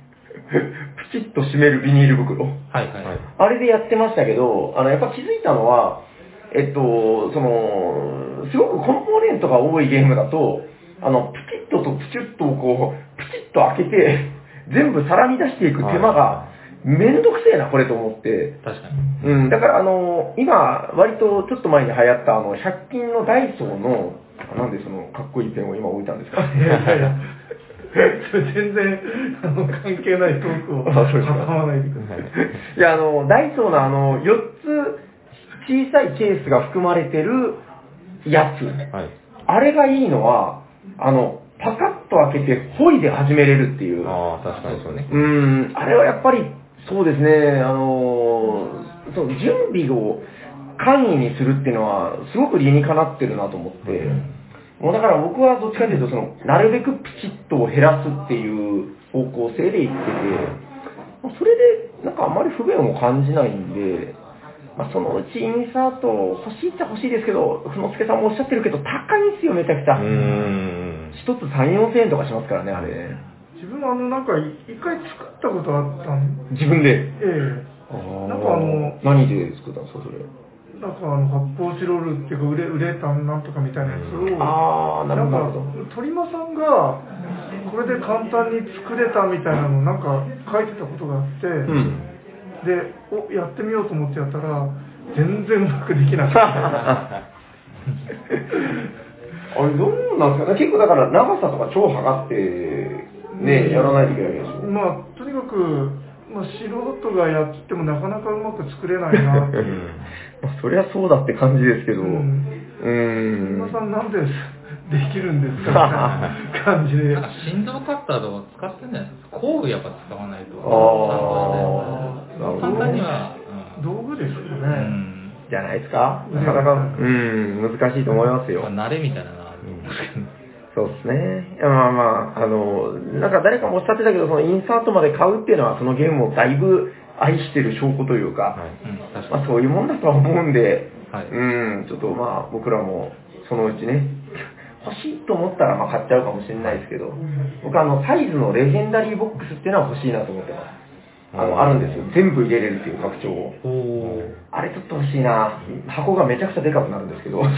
B: プチッと閉めるビニール袋。
A: はいはい。
B: あれでやってましたけど、あの、やっぱ気づいたのは、えっと、その、すごくコンポーネントが多いゲームだと、あの、プチッととプチッとをこう、プチッと開けて、全部皿に出していく手間が、めんどくせえな、これと思って。
A: 確か
B: に。うん、だからあの、今、割とちょっと前に流行ったあの、ひゃく均のダイソーの、なんでその、かっこいいペンを今置いたんですか？
D: いやいやいや。それ全然あの関係ないトークを挟まないでください。
B: いや、あの、ダイソーのあの、よっつ小さいケースが含まれてるやつ。はい、あれがいいのは、あの、パカッと開けて、ホイで始めれるっていう。
C: ああ、確かにそうね。
B: うん、あれはやっぱり、そうですね、あの、その準備を簡易にするっていうのは、すごく理にかなってるなと思って。うんもうだから僕はどっちかというと、その、なるべくプチッとを減らすっていう方向性でいってて、それでなんかあんまり不便を感じないんで、まあ、そのうちインサート欲しいっちゃ欲しいですけど、ふのすけさんもおっしゃってるけど、高いんですよ、めちゃくちゃ。うーん。一つさん、よんせんえんとかしますからね、あれ。
D: 自分はあの、なんか、一回作ったことあったん
B: 自分で
D: ええ。なんかあの、
B: 何で作ったんですか、それ。
D: なんかあの発泡スチロールっていうかウレウレタンなんとかみたいなやつを、
B: ああ、なるほど。
D: なんか鳥間さんがこれで簡単に作れたみたいなのなんか書いてたことがあって、うん、でおやってみようと思ってやったら全然うまくできなかった。あ
B: れどうなんですかね。結構だから長さとか超測ってね、うん、やらないといけないでしょ。
D: まあとにかく。まあ、素人がやってもなかなかうまく作れないなっていう。
B: そりゃそうだって感じですけど。うん。
D: うん。皆さんなんでできるんですかみたいな感じで。
A: なんか心臓カッターとか使ってんじゃないですか。工具やっぱ使わないと。
B: あ
A: あ。簡単には。
D: うん、道具ですよね。う
B: ん。じゃないですか。なかなか、うん、難しいと思いますよ。
A: まあ、慣れみたいなのはある。
B: そうですね。まあまあ、あの、なんか誰かもおっしゃってたけど、そのインサートまで買うっていうのは、そのゲームをだいぶ愛してる証拠というか、はいうん、まあそういうもんだとは思うんで、はい、うん、ちょっとまあ僕らもそのうちね、欲しいと思ったらまあ買っちゃうかもしれないですけど、僕あのサイズのレジェンダリーボックスっていうのは欲しいなと思ってます。あの、あるんですよ。全部入れれるっていう拡張を。あれちょっと欲しいな。箱がめちゃくちゃでかくなるんですけど。はい。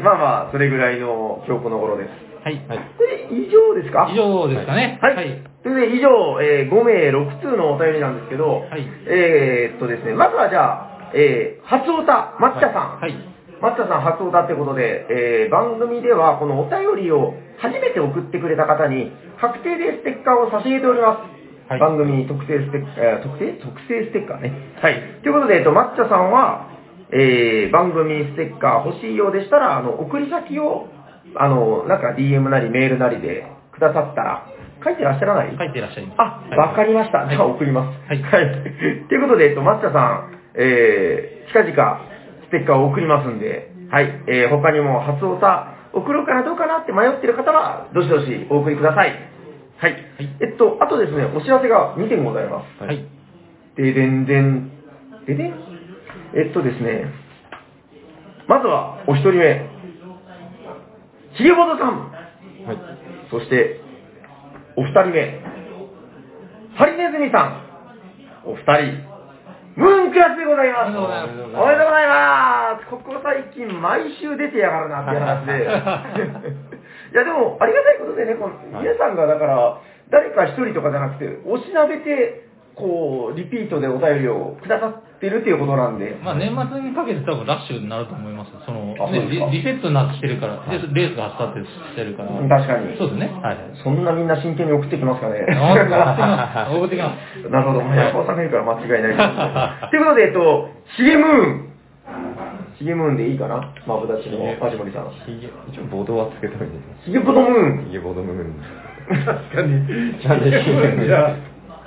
B: まあまあ、それぐらいの今日この頃です。
A: はい。はい、
B: で、以上ですか
A: 以上ですかね。
B: はい。はい、それで以上、えー、ごめいろくつうのお便りなんですけど、はい、えー、っとですね、まずはじゃあ、えー、初オタ、抹茶さん。はい。抹茶さん初オタってことで、えー、番組ではこのお便りを初めて送ってくれた方に、確定でステッカーを差し入れております。はい、番組特製ステッカー、特製特製ステッカーね。はい。ということで、えっと、抹茶さんは、えー、番組ステッカー欲しいようでしたら、あの、送り先を、あの、なんか ディーエム なりメールなりでくださったら、書いてらっしゃらない？
A: 書いてらっしゃいます。
B: あ、わかりました。じゃあ送ります。はい。はい。ということで、えっと、抹茶さん、えー、近々ステッカーを送りますんで、はい。えー、他にも初オタ送ろうかなどうかなって迷ってる方は、どしどしお送りください。はい。はい、えっと、あとですね、お知らせがにてんございます。はい。ででんでん。ででん。えっとですね、まずは、お一人目。ひげぼどさん。はい。そして、お二人目。ハリネズミさん。お二人。ムーンクラスでございます。おめでとうございます。おめでとうございます。ここ最近、毎週出てやがるなっていう話で。いやでも、ありがたいことでね、この皆さんがだから、誰か一人とかじゃなくて、おしなべて、こう、リピートでお便りをくださってるっていうことなんで。
A: まあ年末にかけて多分ラッシュになると思います。その、ね、リ, リセットになってきてるから、レースが始まってしてるから。
B: 確かに。
A: そうですね。はい。
B: そんなみんな真剣に送ってきますかね。
A: 送ってきます。
B: なるほど。早川さんがいるから間違いないです、ね。ということで、えっと、ヒゲムーン。ヒゲムーンでいいかな、マブダチのマジモリさん。
C: ヒゲ、一応ボードはつけたいんです。
B: ヒゲボドムーン。
C: ヒゲボドムーン。
D: 確かに。
C: なんでヒゲムーンじゃ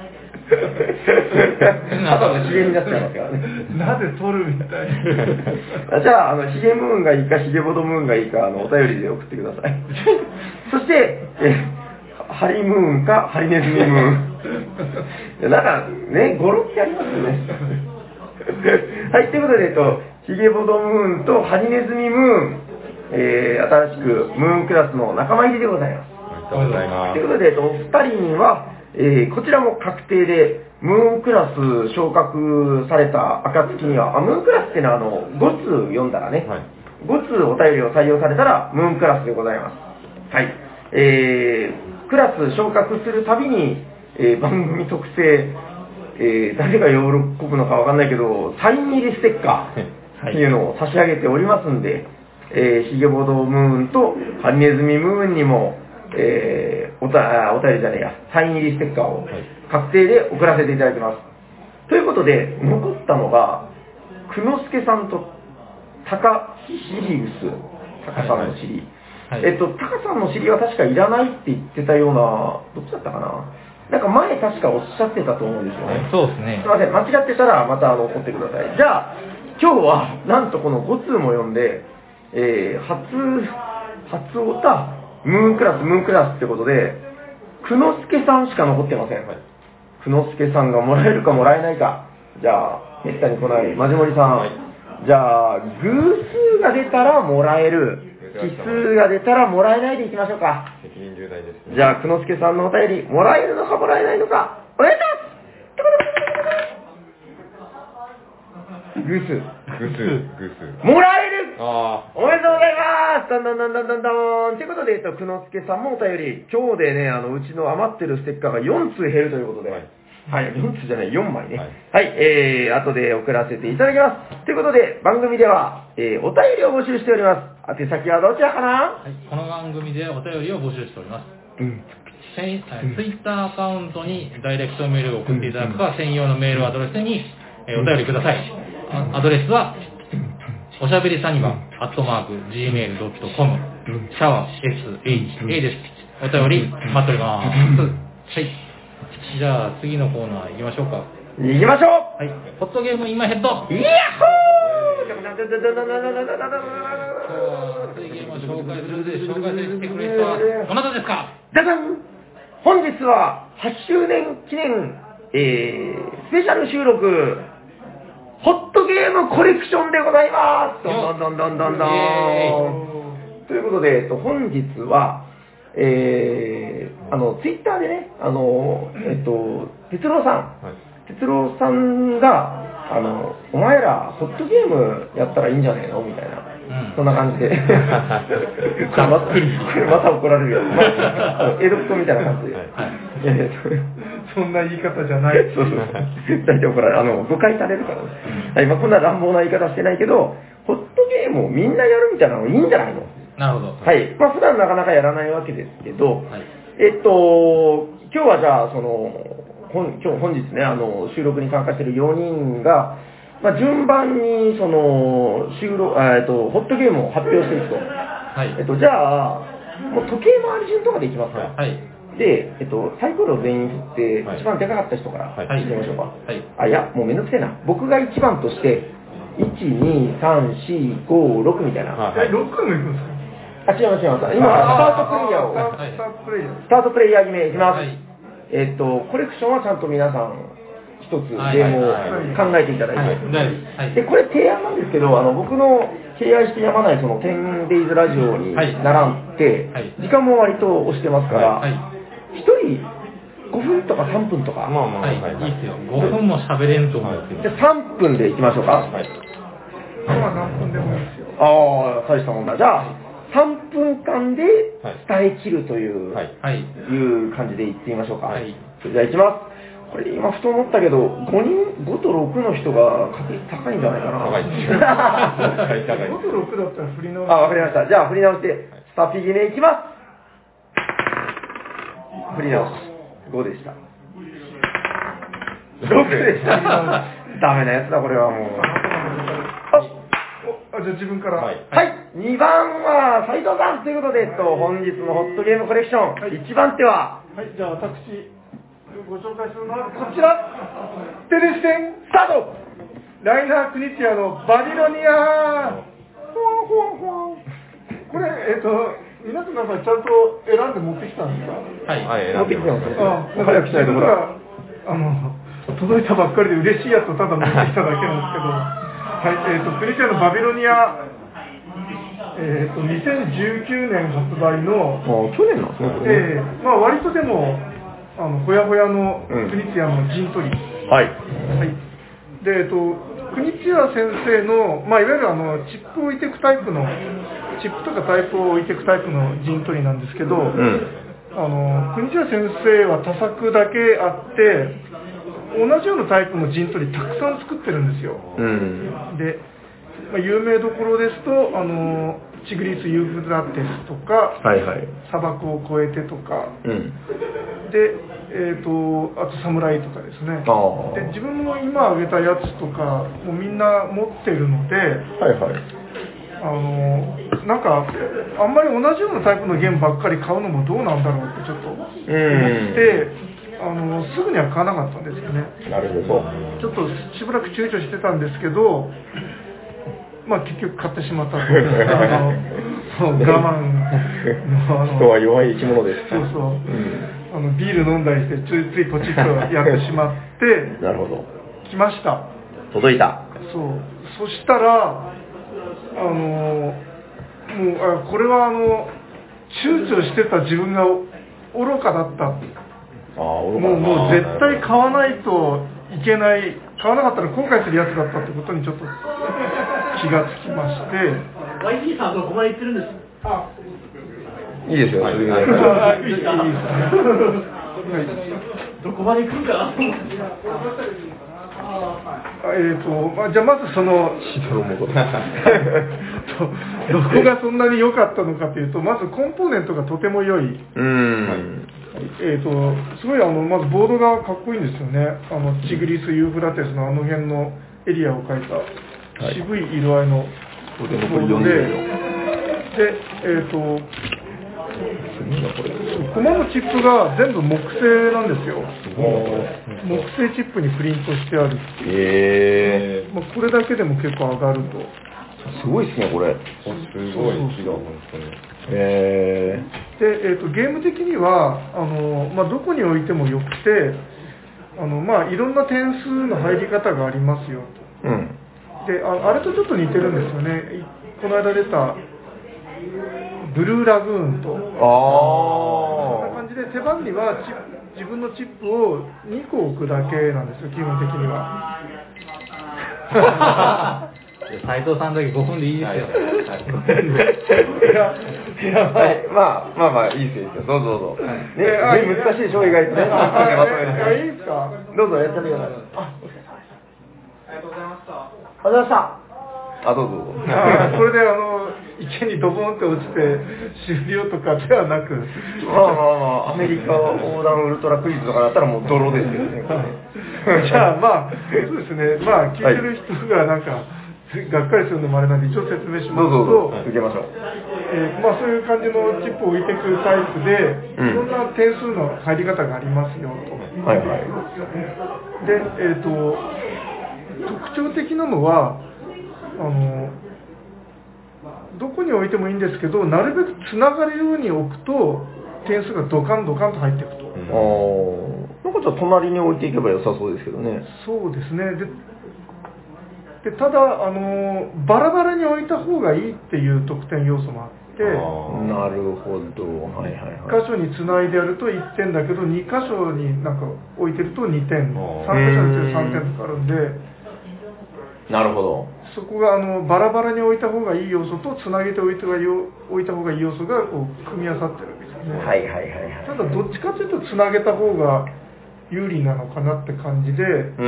B: あとでヒゲになっちゃいますからね。
D: なぜ取るみたい
B: な。じゃあ、あの、ヒゲムーンがいいか、ヒゲボドムーンがいいか、あの、お便りで送ってください。そして、え、ハリムーンか、ハリネズミムーン。なんか、ね、ゴロってありますよね。はい、ということで、えっと、ヒゲボドムーンとハリネズミムーン、えー、新しくムーンクラスの仲間入りでございます。
C: ありがとうございます。
B: ということで、えっと、お二人には、 えーこちらも確定で、ムーンクラス昇格された暁には、あ、ムーンクラスっていうのはあの、ご通読んだらね、
C: はい
B: ご通お便りを採用されたら、ムーンクラスでございます。はい。えー、クラス昇格するたびに、えー番組特製、えー誰が喜ぶのかわかんないけど、サイン入りステッカーっていうのを差し上げておりますんで、えー、ヒゲボドムーンとハリネズミムーンにも、えーおたあお便りじゃねえや、サイン入りステッカーを確定で送らせていただきます。ということで、残ったのが、久之助さんとタカシリウス、タカさんの尻。
A: はい
B: えっと、タカさんの尻は確かいらないって言ってたような、どっちだったかな。なんか前確かおっしゃってたと思うんですよね。
A: そうですね
B: すい。ません、間違ってたらまたあの怒ってください。じゃあ、今日はなんとこのご通も読んで、えー、初、初オタ、ムーンクラス、ムーンクラスってことで、久之助さんしか残ってません。久之助さんがもらえるかもらえないか。じゃあ、めったに来ない、マジモリさん。
C: はい
B: じゃあ、偶数が出たらもらえる。奇数が出たらもらえないでいきましょうか。
C: 責任重大ですね。
B: じゃあ、久之助さんのお便り、もらえるのかもらえないのか、お願いします偶数。
C: 偶数、偶数。
B: もらえる
C: あ
B: おめでとうございますどんどんどんどんどんどんということで、えっと、久之助さんもお便り、今日でね、あの、うちの余ってるステッカーがよん通減るということで、
C: はい
B: はい、よん通じゃない、よんまいね。
C: は
B: はいい、えー、後で送らせていただきます。ということで、番組では、えー、お便りを募集しております。宛先はどちらかな
A: はいこの番組でお便りを募集しております。
B: うん。
A: ツイッターアカウントにダイレクトメールを送っていただくか、専用のメールアドレスに、えーお便りください。あアドレスは、おしゃべりサニバ、アットマーク、ジーメールドットコム、シャワー、エスエイチエー です。お便り待っております。はい。じゃあ、次のコーナー行きましょうか。
B: 行きましょ
A: はい。ホットゲームインマイヘッド。
B: うイヤッホー
A: 今日は熱いゲームを紹介するので、紹介してくれる人はどなたですか？
B: ダダン本日ははちしゅうねん記念、えー、スペシャル収録、ホットゲームコレクションでございます。どんどんどんどんどんどん。ということで、えっと、本日は、えー、あの、ツイッターでね、あの、えっと、哲郎さん、
C: はい
B: 哲郎さんが、あの、お前ら、ホットゲームやったらいいんじゃねえのみたいな、
A: うん
B: そんな感じで。これまた、これまた怒られるよ。まあ、江戸っ子みたいな感じで。
C: はい
B: いやいや、それ
D: そんな言い方じゃない。
B: そうそうそう。大体怒られる。あの、誤解されるからね。はい、まあ、こんな乱暴な言い方してないけど、ホットゲームをみんなやるみたいなのいいんじゃないの
A: なるほど。
B: はい。まあ、普段なかなかやらないわけですけど、
A: はい
B: えっと、今日はじゃあ、その、本今日本日ね、あの、収録に参加しているよにんが、まあ、順番に、その、収録、あえっと、ホットゲームを発表していくと。
A: はい。
B: えっと、じゃあ、もう時計回り順とかでいきますか。
A: はい。
B: で、えっと、サイコロ全員振って、
C: はい
B: 一番でかかった人から
C: はい
B: 行きましょうか。
A: はい
B: あ、いや、もうめんどくせえな。僕がいちばんとして、いち、に、さん、よん、ご、ろくみたいな。
C: はい
D: え、ロックも行くんですか？
B: あ、違います、違います。今、スタートプレイヤーを、
A: はい
D: スタートプレイヤー。
B: スタートプレイヤー決めいきます。
A: はい
B: えっと、コレクションはちゃんと皆さん、一つゲ
A: はい
B: ームを
A: はい
B: 考えていただいて。
A: はい大丈夫ですはい
B: で、これ提案なんですけど、あの、僕の敬愛してやまないそのテンデイズラジオに
A: はい
B: 並んで、
A: はい
B: 時間も割と押してますから、
A: はい。
B: 一人ごふんとかさんぷんとか、
C: まあまあ、
A: はい。いいっすよ。ごふんも喋れんと思うんですけど。
B: じゃあさんぷんでいきましょうか。
C: はい。
D: まあ何分でもいいですよ。
B: ああ、大したもんだ。じゃあ、さんぷんかんで伝え切るという、
C: はい。
A: はい。
B: いう感じでいってみましょうか。
A: はい
B: それじゃあいきます。これ今ふと思ったけど、ごにん、ごとろくの人が確率高いんじゃないかな。
C: 高いですよ高い高い
D: ごとろくだったら振り直し。
B: あ、わかりました。じゃあ振り直して、スタピギネいきます。振り直し。ごでした。ろくでした。ダメなやつだ、これはもう。
D: おあ、じゃあ自分から。
C: はい
B: はい、にばんは斉藤さんということで、えっと、本日のホットゲームコレクション、いちばん手は、
D: はい、じゃあ私、ご紹介するのはこちら、テレステン
B: スタート
D: ライナー・クニチアのバビロニアほわほわほわこれ、えっと、皆さんなんかちゃんと選んで持ってきたんですか？
A: はい。
C: はい、
B: 持ってきてます。
D: あ、なんか
B: 早くしないとほら。
D: あの、届いたばっかりで嬉しいやつをただ持ってきただけなんですけど、はい、えっと、クニチアのバビロニア、えっと、にせんじゅうきゅうねん発売の、
B: もう去年なんですね、これね。
D: えーまあ割とでもあのほやほやの国津屋の陣取り、
B: うん、はい、
D: はい、で、えっと、国津屋先生の、まあ、いわゆるあのチップを置いていくタイプのチップとかタイプを置いていくタイプの陣取りなんですけど、うん、あの国津屋先生は多作だけあって同じようなタイプの陣取りたくさん作ってるんですよ、うん、で、まあ、有名どころですとあのチグリス・ユーフラテスとか、はいはい、砂漠を越えてとか、うん、で、えー、とあと侍とかですね、で自分も今挙げたやつとかもうみんな持ってるので、はいはい、あのなんかあんまり同じようなタイプのゲームばっかり買うのもどうなんだろうってちょっと思って、あのすぐには買わなかったんですよね。
B: なるほど。
D: ちょっとしばらく躊躇してたんですけど、まあ結局買ってしまったというあの我慢の
B: 人は弱い生き物です。
D: そうそう、うん、あのビール飲んだりしてついついポチッとやってしまって
B: なるほど、
D: 来ました。
B: 届いた。
D: そう、そしたらあのもうあこれはあの躊躇してた自分が愚かだった。あもうもう絶対買わないといけない、買わなかったら後悔するやつだったってことにちょっと気がつきまして。
E: ワイピー さんどこまで行ってるんですか？あ、
B: いいですよ。はい、いいですね。
E: どこまで来るかな。
D: えーとまあ、じゃあまずそのどこがそんなに良かったのかというと、まずコンポーネントがとても良い。うん、はい、えーとすごいあのまずボードがかっこいいんですよね。あのチグリス・ユーフラテスのあの辺のエリアを描いた渋い色合いのボードで、で、えーとコマのチップが全部木製なんですよ。木製チップにプリントしてあるっていう、えーまあ、これだけでも結構上がると。
B: すごいですねこれ。すごい違う本当に。
D: えー、で、えーと、ゲーム的にはあの、まあ、どこに置いてもよくて、あの、まあ、いろんな点数の入り方がありますよと、うん、で あ, あれとちょっと似てるんですよね。この間出たブルーラグーンと、あそんな感じで手番にはチ自分のチップをにこ置くだけなんですよ基本的には。
A: 斉藤さんだけごふんでいいですよ。
B: はい、まあまあまあいいですよ、どうぞどうぞ。ね、難しいでしょ意外とね。
D: いいですか。
B: どうぞやってみてください。あ、
E: ありがとうございました。
B: ありがとうございました。あ、どうぞどうぞ。
D: これであの池にドボンって落ちて終了とかではなく、
B: まあまあまあアメリカ横断ウルトラクイズとかだったらもう泥ですよね。
D: じゃあまあそうですね、まあ聞いてる人がなんか、はい、がっかりするのもあれなんで一応説明しますと、
B: どうぞどうぞ受けましょう。
D: えー、まあそういう感じのチップを置いていくタイプで、うん、いろんな点数の入り方がありますよと。はいはい。で、えっと特徴的なのはあのどこに置いてもいいんですけど、なるべくつながるように置くと点数がドカンドカンと入っていくと。うん、
B: なんかじゃあ隣に置いていけば良さそうですけどね。
D: そうですね。ででただあのバラバラに置いた方がいいっていう得点要素もあって、
B: なるほど、はいはいはい、
D: いっ箇所につないでやるといってんだけどに箇所になんか置いてるとにてん、さん箇所に置いてるとさんてんとかあるんで。
B: なるほど。
D: そこがあのバラバラに置いた方がいい要素とつなげておいてはよ置いた方がいい要素がこう組み合わさってるわけですね。はいはいはい、はい、ただどっちかというとつなげた方が有利なのかなって感じで、うん、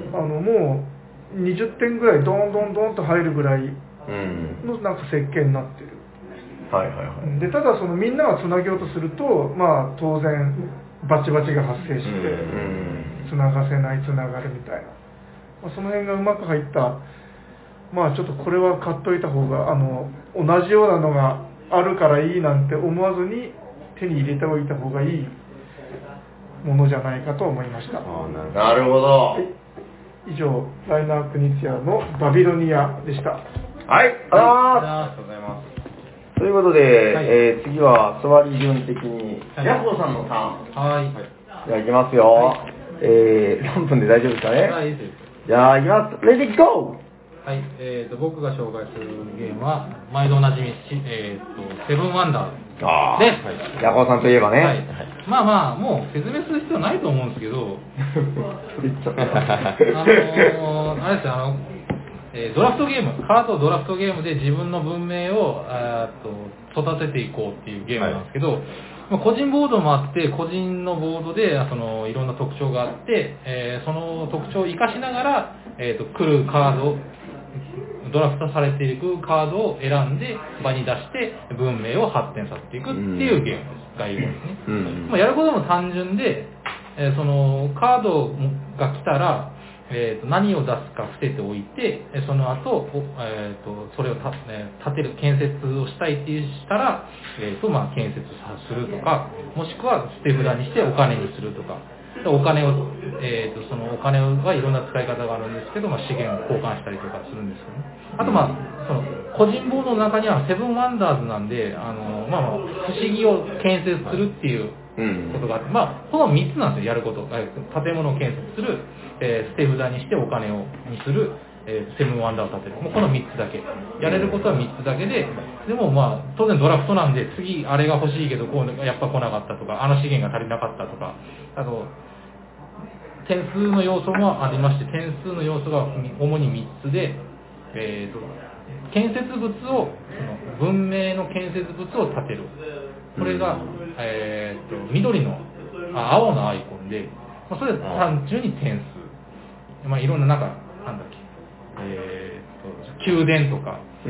D: あのもうにじゅってんぐらいドンドンドンと入るぐらいのなんか設計になってる。はいはいはい。でただそのみんながつなげようとするとまあ当然バチバチが発生してつながせないつながるみたいな。その辺がうまく入った、まあちょっとこれは買っといた方があの同じようなのがあるからいいなんて思わずに手に入れておいた方がいいものじゃないかと思いました。
B: なるほど、はい、
D: 以上ライナー・クニツィアのバビロニアでした。はい、
B: ありがとうございます。ということで、はい、えー、次は座り順的にヤコウさんのターン。はい、じゃあいきますよ。はい、えー、何分で大丈夫ですかね。はい、いいです。じゃあ、いきます。レディーゴ
A: ー。はい、えーと、僕が紹介するゲームは、毎度おなじみ、えーと、セブンワンダー
B: ああ。
A: で、
B: ヤコウさんといえばね。
A: はい、まあまあ、もう説明する必要ないと思うんですけど、あのー、あれですよ、あの、えードラフトゲーム、カードドラフトゲームで自分の文明をあーと育てていこうっていうゲームなんですけど、はい、まあ、個人ボードもあって、個人のボードでそのいろんな特徴があって、えーその特徴を生かしながら、えーと来るカード、ドラフトされていくカードを選んで場に出して文明を発展させていくっていうゲームです、概要ですね。うん、まあ、やることも単純で、えーそのカードが来たら、えー、と何を出すか伏せておいて、その後、えー、とそれをた、えー立てる建設をしたいってしたら、えーとまあ、建設するとか、もしくは捨て札にしてお金にするとか、でお金を、えー、とそのお金はいろんな使い方があるんですけど、まあ、資源を交換したりとかするんですけどね。あと、まあ、その個人ボードの中にはセブンワンダーズなんで、あの、まあ、まあ不思議を建設するっていうことがあって、まあ、このみっつなんですよ、やること。建物を建設する、えー捨て札にしてお金をにする、えーセブンワンダーを建てる。もうこのみっつだけ。やれることはみっつだけで、でもまあ、当然ドラフトなんで、次あれが欲しいけど、こうやっぱ来なかったとか、あの資源が足りなかったとか、あと、点数の要素もありまして、点数の要素が主にみっつで、えーと、建設物を、その文明の建設物を建てる。これが、えーと、緑の、あ青のアイコンで、まあ、それは単純に点数。まあ、いろんな、なんか、なんだっけ、えーと、宮殿とか、うん、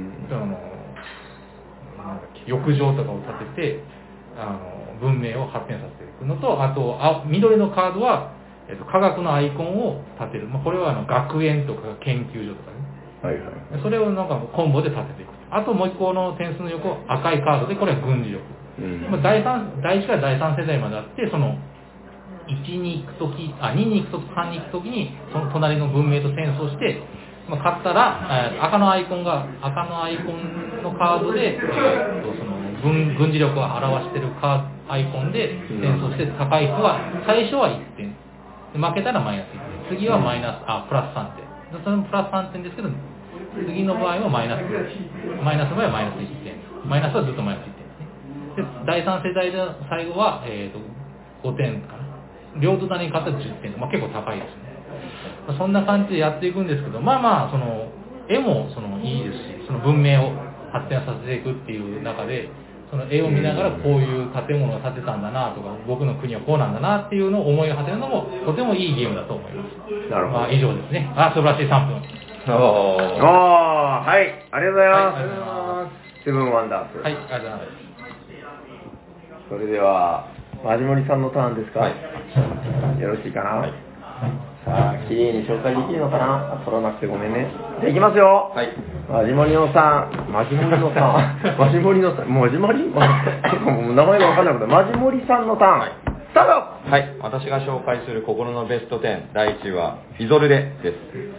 A: その、なんだっけ、浴場とかを建てて、あの、文明を発展させていくのと、あと、あ緑のカードは、えっと、科学のアイコンを立てる。まあ、これはあの学園とか研究所とかね。はいはい。それをなんかコンボで立てていく。あともう一個の点数の横、赤いカードで、これは軍事力。うん、まあ、第三、第一から第三世代まであって、その、いちに行くとき、あ、にに行くとき、さんに行くときに、その隣の文明と戦争して、まあ、勝ったら、えー、赤のアイコンが、赤のアイコンのカードで、えー、とその軍軍事力を表しているカーアイコンで戦争して、高い人は、最初はいってん。負けたらマイナスいってん、次はマイナス、あ、プラスさんてん、それもプラスさんてんですけど、次の場合はマイナス、マイナスの場合はマイナスいってん、マイナスはずっとマイナスいってんですね。で、第三世代で最後は、えー、とごてんかな、両隣に勝ったらじゅってん、まあ、結構高いですね。まあ、そんな感じでやっていくんですけど、まあまあ、その絵もそのいいですし、その文明を発展させていくっていう中で、その絵を見ながらこういう建物を建てたんだなとか、僕の国はこうなんだなっていうのを思いを馳せるのもとてもいいゲームだと思います。なるほど。まあ、以上ですね。あ、素晴らしいさんぷん。
B: おー、はい、ありがとうございます。はい、ありがとうございます。セブンワンダース。
A: はい、ありがとうございます。
B: それでは、マジモリさんのターンですか。はい。よろしいかな。はい。さあ、きれいに紹介できるのかな。取らなくてごめんね。じゃあ行きますよ。はい。マジモリのさん、マジモリのさん、マジモリのさん、マジモリ、まあ、結構もう名前が分かんなくて、マジモリさんのターン。はい、スタート。
C: はい、私が紹介する心のベストじゅう、だいいちいはイゾルデです。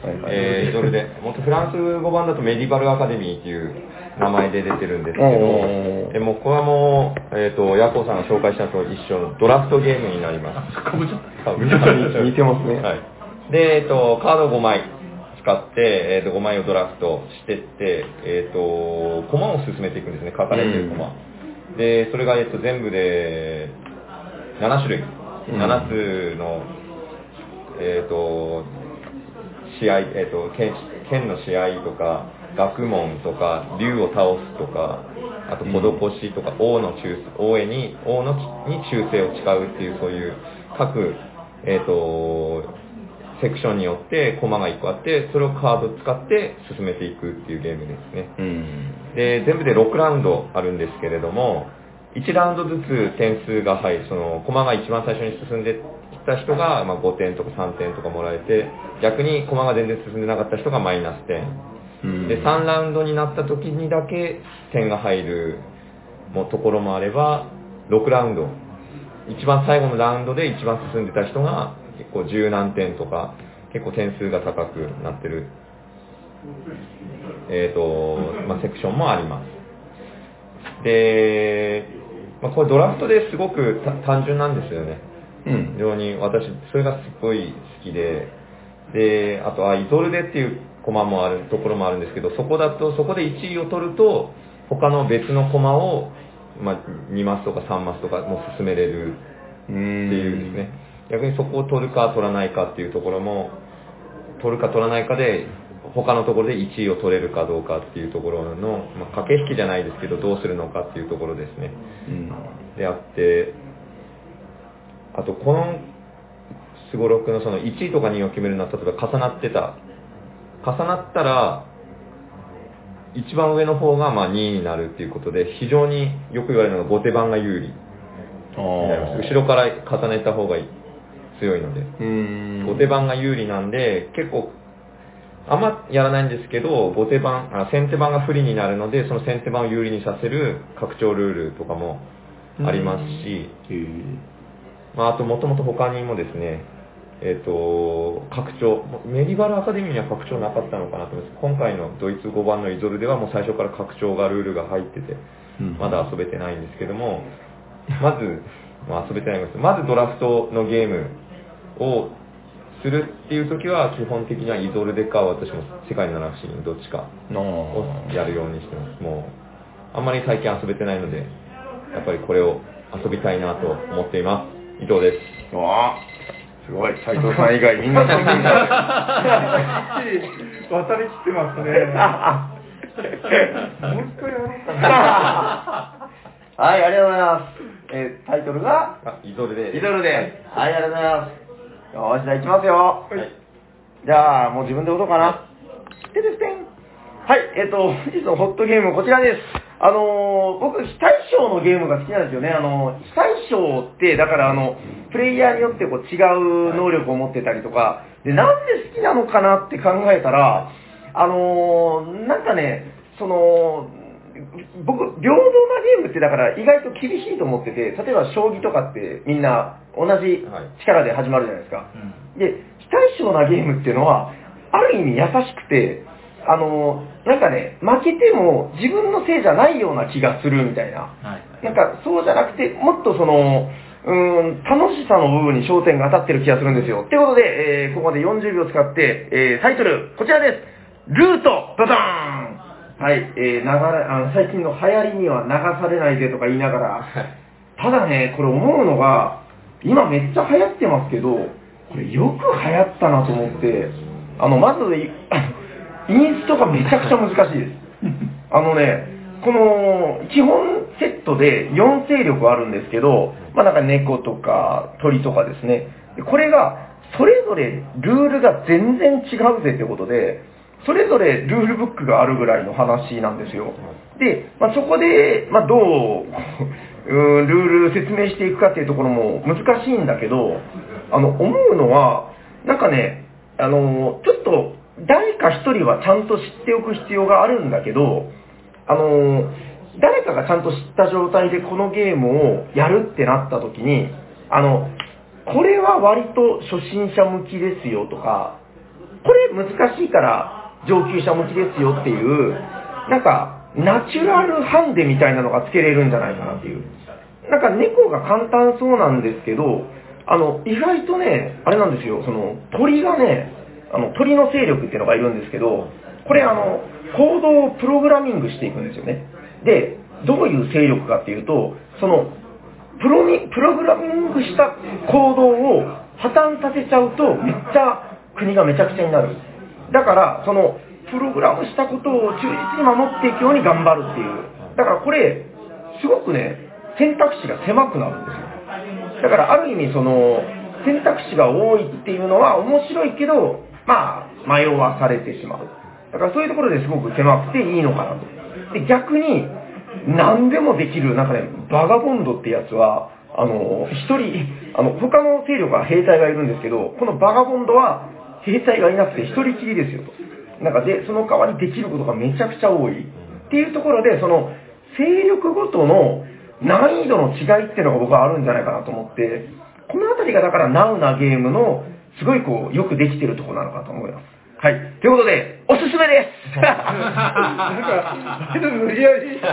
C: はいはい、えー、イゾルデ。もっとフランス語版だとメディバルアカデミーっていう名前で出てるんですけど、えもうこれはもう、えっ、ー、と、ヤコウさんが紹介したのと一緒のドラフトゲームになります。
B: かぶっちゃった。似てますね。
C: はい。で、えっ、ー、と、カードごまい使って、えっ、ー、と、ごまいをドラフトしてって、えっ、ー、と、コマを進めていくんですね、書かれてるコマ。うん、で、それが、えっと、全部でななしゅるい。ななつの、えっ、ー、と、試合、えっ、ー、と剣、剣の試合とか、学問とか、竜を倒すとか、あと、施しとか、王の忠王へに、王のに忠誠を誓うっていう、そういう、各、えっ、ー、と、セクションによってコマがいっこあって、それをカードを使って進めていくっていうゲームですね。うん、で、全部でろくラウンドあるんですけれども、いちラウンドずつ点数が入る、その、コマが一番最初に進んできた人が、まあ、ごてんとかさんてんとかもらえて、逆にコマが全然進んでなかった人がマイナスてん。うん、で、さんラウンドになった時にだけ点が入るもうところもあれば、ろくラウンド。一番最後のラウンドで一番進んでた人が結構十何点とか、結構点数が高くなってる、えっと、まあ、セクションもあります。で、まあ、これドラフトですごく単純なんですよね。うん。非常に私、それがすごい好きで、で、あと、あ、イゾルデっていうコマもある、ところもあるんですけど、そこだと、そこでいちいを取ると、他の別のコマをまあ、にマスとかさんマスとかも進めれるっていうですね。逆にそこを取るか取らないかっていうところも、取るか取らないかで、他のところでいちいを取れるかどうかっていうところの、まあ、駆け引きじゃないですけど、どうするのかっていうところですね。うん、であって、あとこのすごろくのそのいちいとかにいを決めるのは、例えば重なってた。重なったら、一番上の方がまあにいになるっていうことで、非常によく言われるのが後手番が有利になります。後ろから重ねた方が強いので。後手番が有利なんで、結構、あんまやらないんですけど、後手番、あ先手番が不利になるので、その先手番を有利にさせる拡張ルールとかもありますし、まあ、あともともと他にもですね、えっ、ー、と、拡張、メリバルアカデミーには拡張なかったのかなと思います。今回のドイツごばんのイゾルではもう最初から拡張がルールが入ってて、まだ遊べてないんですけども、まず、まあ、遊べてないんですけど、まずドラフトのゲームをするっていう時は、基本的にはイゾルデか私も世界の七不思議どっちかをやるようにしてます。もう、あんまり最近遊べてないので、やっぱりこれを遊びたいなと思っています。以上です。
B: わすごい、斉藤さん以外みんな得意だ。
D: 渡りきってますね。もう一回やろうかな。
B: はい、ありがとうございます。えー、タイトルが
C: イゾルで。
B: イゾルで。はい、ありがとうございます。よーし、じゃあ行きますよ。はい。じゃあ、もう自分で打とうかな。てですてん。はい、えっ、ー、と、本日のホットゲームこちらです。あのー、僕、非対称のゲームが好きなんですよね。あのー、非対称って、だからあの、プレイヤーによってこう違う能力を持ってたりとか、で、なんで好きなのかなって考えたら、あのー、なんかね、その、僕、平等なゲームってだから意外と厳しいと思ってて、例えば将棋とかってみんな同じ力で始まるじゃないですか。はい、で、非対称なゲームっていうのは、ある意味優しくて、あの、なんかね、負けても自分のせいじゃないような気がするみたいな。はい、なんかそうじゃなくて、もっとその、うーん、楽しさの部分に焦点が当たってる気がするんですよ。ということで、えー、ここまでよんじゅうびょう使って、えー、タイトル、こちらです。ルート、ドドーンはい、えー、流れ、あの、最近の流行りには流されないでとか言いながら、ただね、これ思うのが、今めっちゃ流行ってますけど、これよく流行ったなと思って、あの、まず、インストがめちゃくちゃ難しいです。あのね、この、基本セットでよん勢力あるんですけど、まあなんか猫とか鳥とかですね。これが、それぞれルールが全然違うぜってことで、それぞれルールブックがあるぐらいの話なんですよ。で、まあ、そこで、まあ、どう、うん、ルール説明していくかっていうところも難しいんだけど、あの、思うのは、なんかね、あの、ちょっと、誰か一人はちゃんと知っておく必要があるんだけど、あの、誰かがちゃんと知った状態でこのゲームをやるってなった時に、あの、これは割と初心者向きですよとか、これ難しいから上級者向きですよっていう、なんか、ナチュラルハンデみたいなのがつけれるんじゃないかなっていう。なんか猫が簡単そうなんですけど、あの、意外とね、あれなんですよ、その、鳥がね、あの、鳥の勢力っていうのがいるんですけど、これあの、行動をプログラミングしていくんですよね。で、どういう勢力かっていうと、その、プロミ、プログラミングした行動を破綻させちゃうと、めっちゃ国がめちゃくちゃになる。だから、その、プログラムしたことを忠実に守っていくように頑張るっていう。だからこれ、すごくね、選択肢が狭くなるんですよ。だからある意味その、選択肢が多いっていうのは面白いけど、まあ、迷わされてしまう。だからそういうところですごく狭くていいのかなと。で、逆に、何でもできる、なんかね、バガボンドってやつは、あの、一人、あの、他の勢力は兵隊がいるんですけど、このバガボンドは兵隊がいなくて一人きりですよと。なんかで、その代わりできることがめちゃくちゃ多い。っていうところで、その、勢力ごとの難易度の違いっていうのが僕はあるんじゃないかなと思って、このあたりがだからナウなゲームの、すごいこう、よくできてるところなのかと思います。はい。ということで、おすすめですなんか、無理やり、無理やり、なん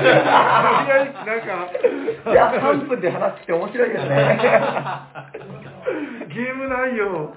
B: か、いや、さんぷんで話して面白いですね。
D: ゲーム内容。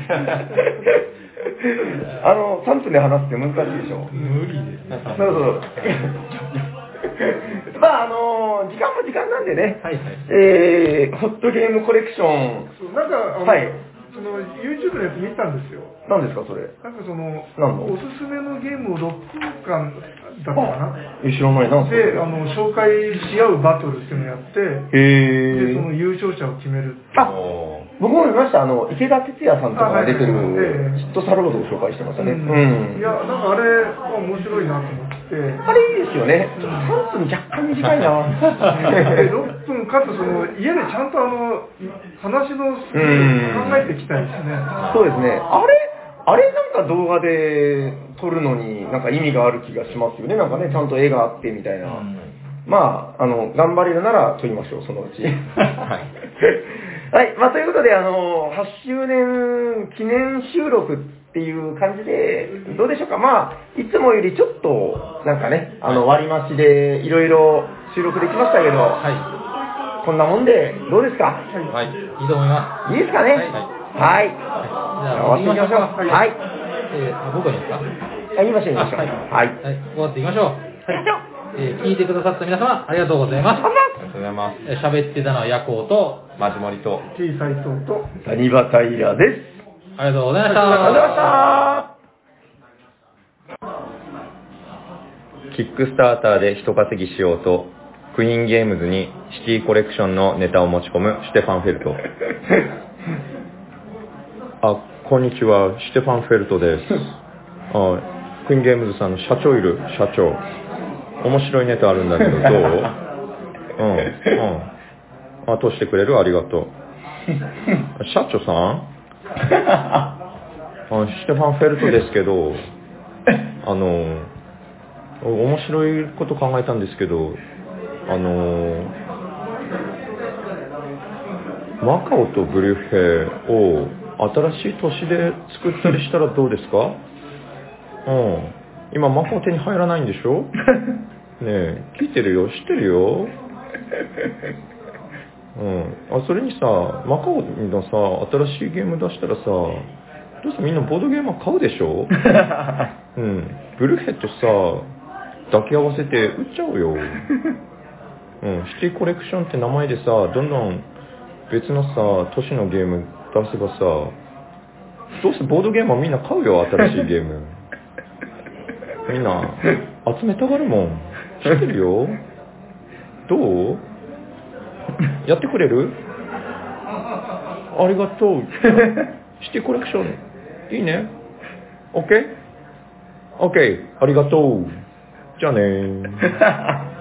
B: あの、さんぷんで話すって難しいでしょ。
A: 無理ですね。
B: そうそう。ままああのー、時間も時間なんでね、
A: はいはい。
B: えー、ホットゲームコレクション。
D: そうなんか、あの、
B: はい。
D: その YouTube のやつ見たんですよ。
B: 何ですかそれ。
D: なんかその、
B: 何の
D: おすすめのゲームをろっぷんかんだったかな。
B: え、知らない、なんすか。
D: で、あの、紹介し合うバトルっていうのをやって、
B: へ
D: で、その優勝者を決める。
B: あ、僕も見ました。あの、池田哲也さんとかが出てる、
D: はいはい、
B: ヒットサロードを紹介してましたね。う
D: ん。
B: ん。
D: いや、なんかあれ、面白いなと思って。
B: あれいいですよね。ちょっとさんぷん若干短いな。
D: でろっぷんかつその家でちゃんとあの話のスピードを考えていきたいですね。
B: そうですね。あれあれなんか動画で撮るのになんか意味がある気がしますよね。なんかね、ちゃんと絵があってみたいな。まあ、あの、頑張れるなら撮りましょう、そのうち。はい。はい、まあということで、あの、はちしゅうねん記念収録っていう感じで、どうでしょうか。まあ、いつもよりちょっと、なんかね、あの、割増しでいろいろ収録できましたけど、
A: はい。
B: こんなもんで、どうですか。
A: はい。いいと思います。
B: いいですかね。
A: はい。
B: はい。
A: はい。じゃあ、終わっていきましょう。
B: はい。
A: えー、あ僕はいいですか。
B: あ、言いましょう、言いましょう。
A: はい。
B: はい。
A: はい。終わっていきましょう。はい。えー、聞いてくださった皆様、ありがとうございます。
C: ありがとうございます。
A: えー、喋ってたのはヤコウと、
C: マジモリと、
D: T 斎藤と、
B: サニバタイラです。
A: ありがとうございました。
B: ありがとうございました。
C: キックスターターで人稼ぎしようと、クイーンゲームズにシティコレクションのネタを持ち込むシュテファン・フェルト。あ、こんにちは、シュテファン・フェルトです。あ、クイーンゲームズさんの社長いる、社長。面白いネタあるんだけど、どう？うん、うん。あ、通してくれる？ありがとう。社長さん？あ、シュテファン・フェルトですけど、あの、面白いこと考えたんですけど、あの、マカオとブリュッヘを新しい都市で作ったりしたらどうですか？うん。今マカオ手に入らないんでしょ？ねえ、聞いてるよ、知ってるよ。うん。あ、それにさ、マカオのさ、新しいゲーム出したらさ、どうせみんなボードゲームは買うでしょ？うん。ブルーヘッドさ、抱き合わせて売っちゃおうよ。うん。シティコレクションって名前でさ、どんどん別のさ、都市のゲーム出せばさ、どうせボードゲームはみんな買うよ、新しいゲーム。みんな集めたがるもん。知ってるよ。どう？やってくれる？ありがとう。シティコレクションいいね。 OK？ OK、 ありがとう。じゃあねー。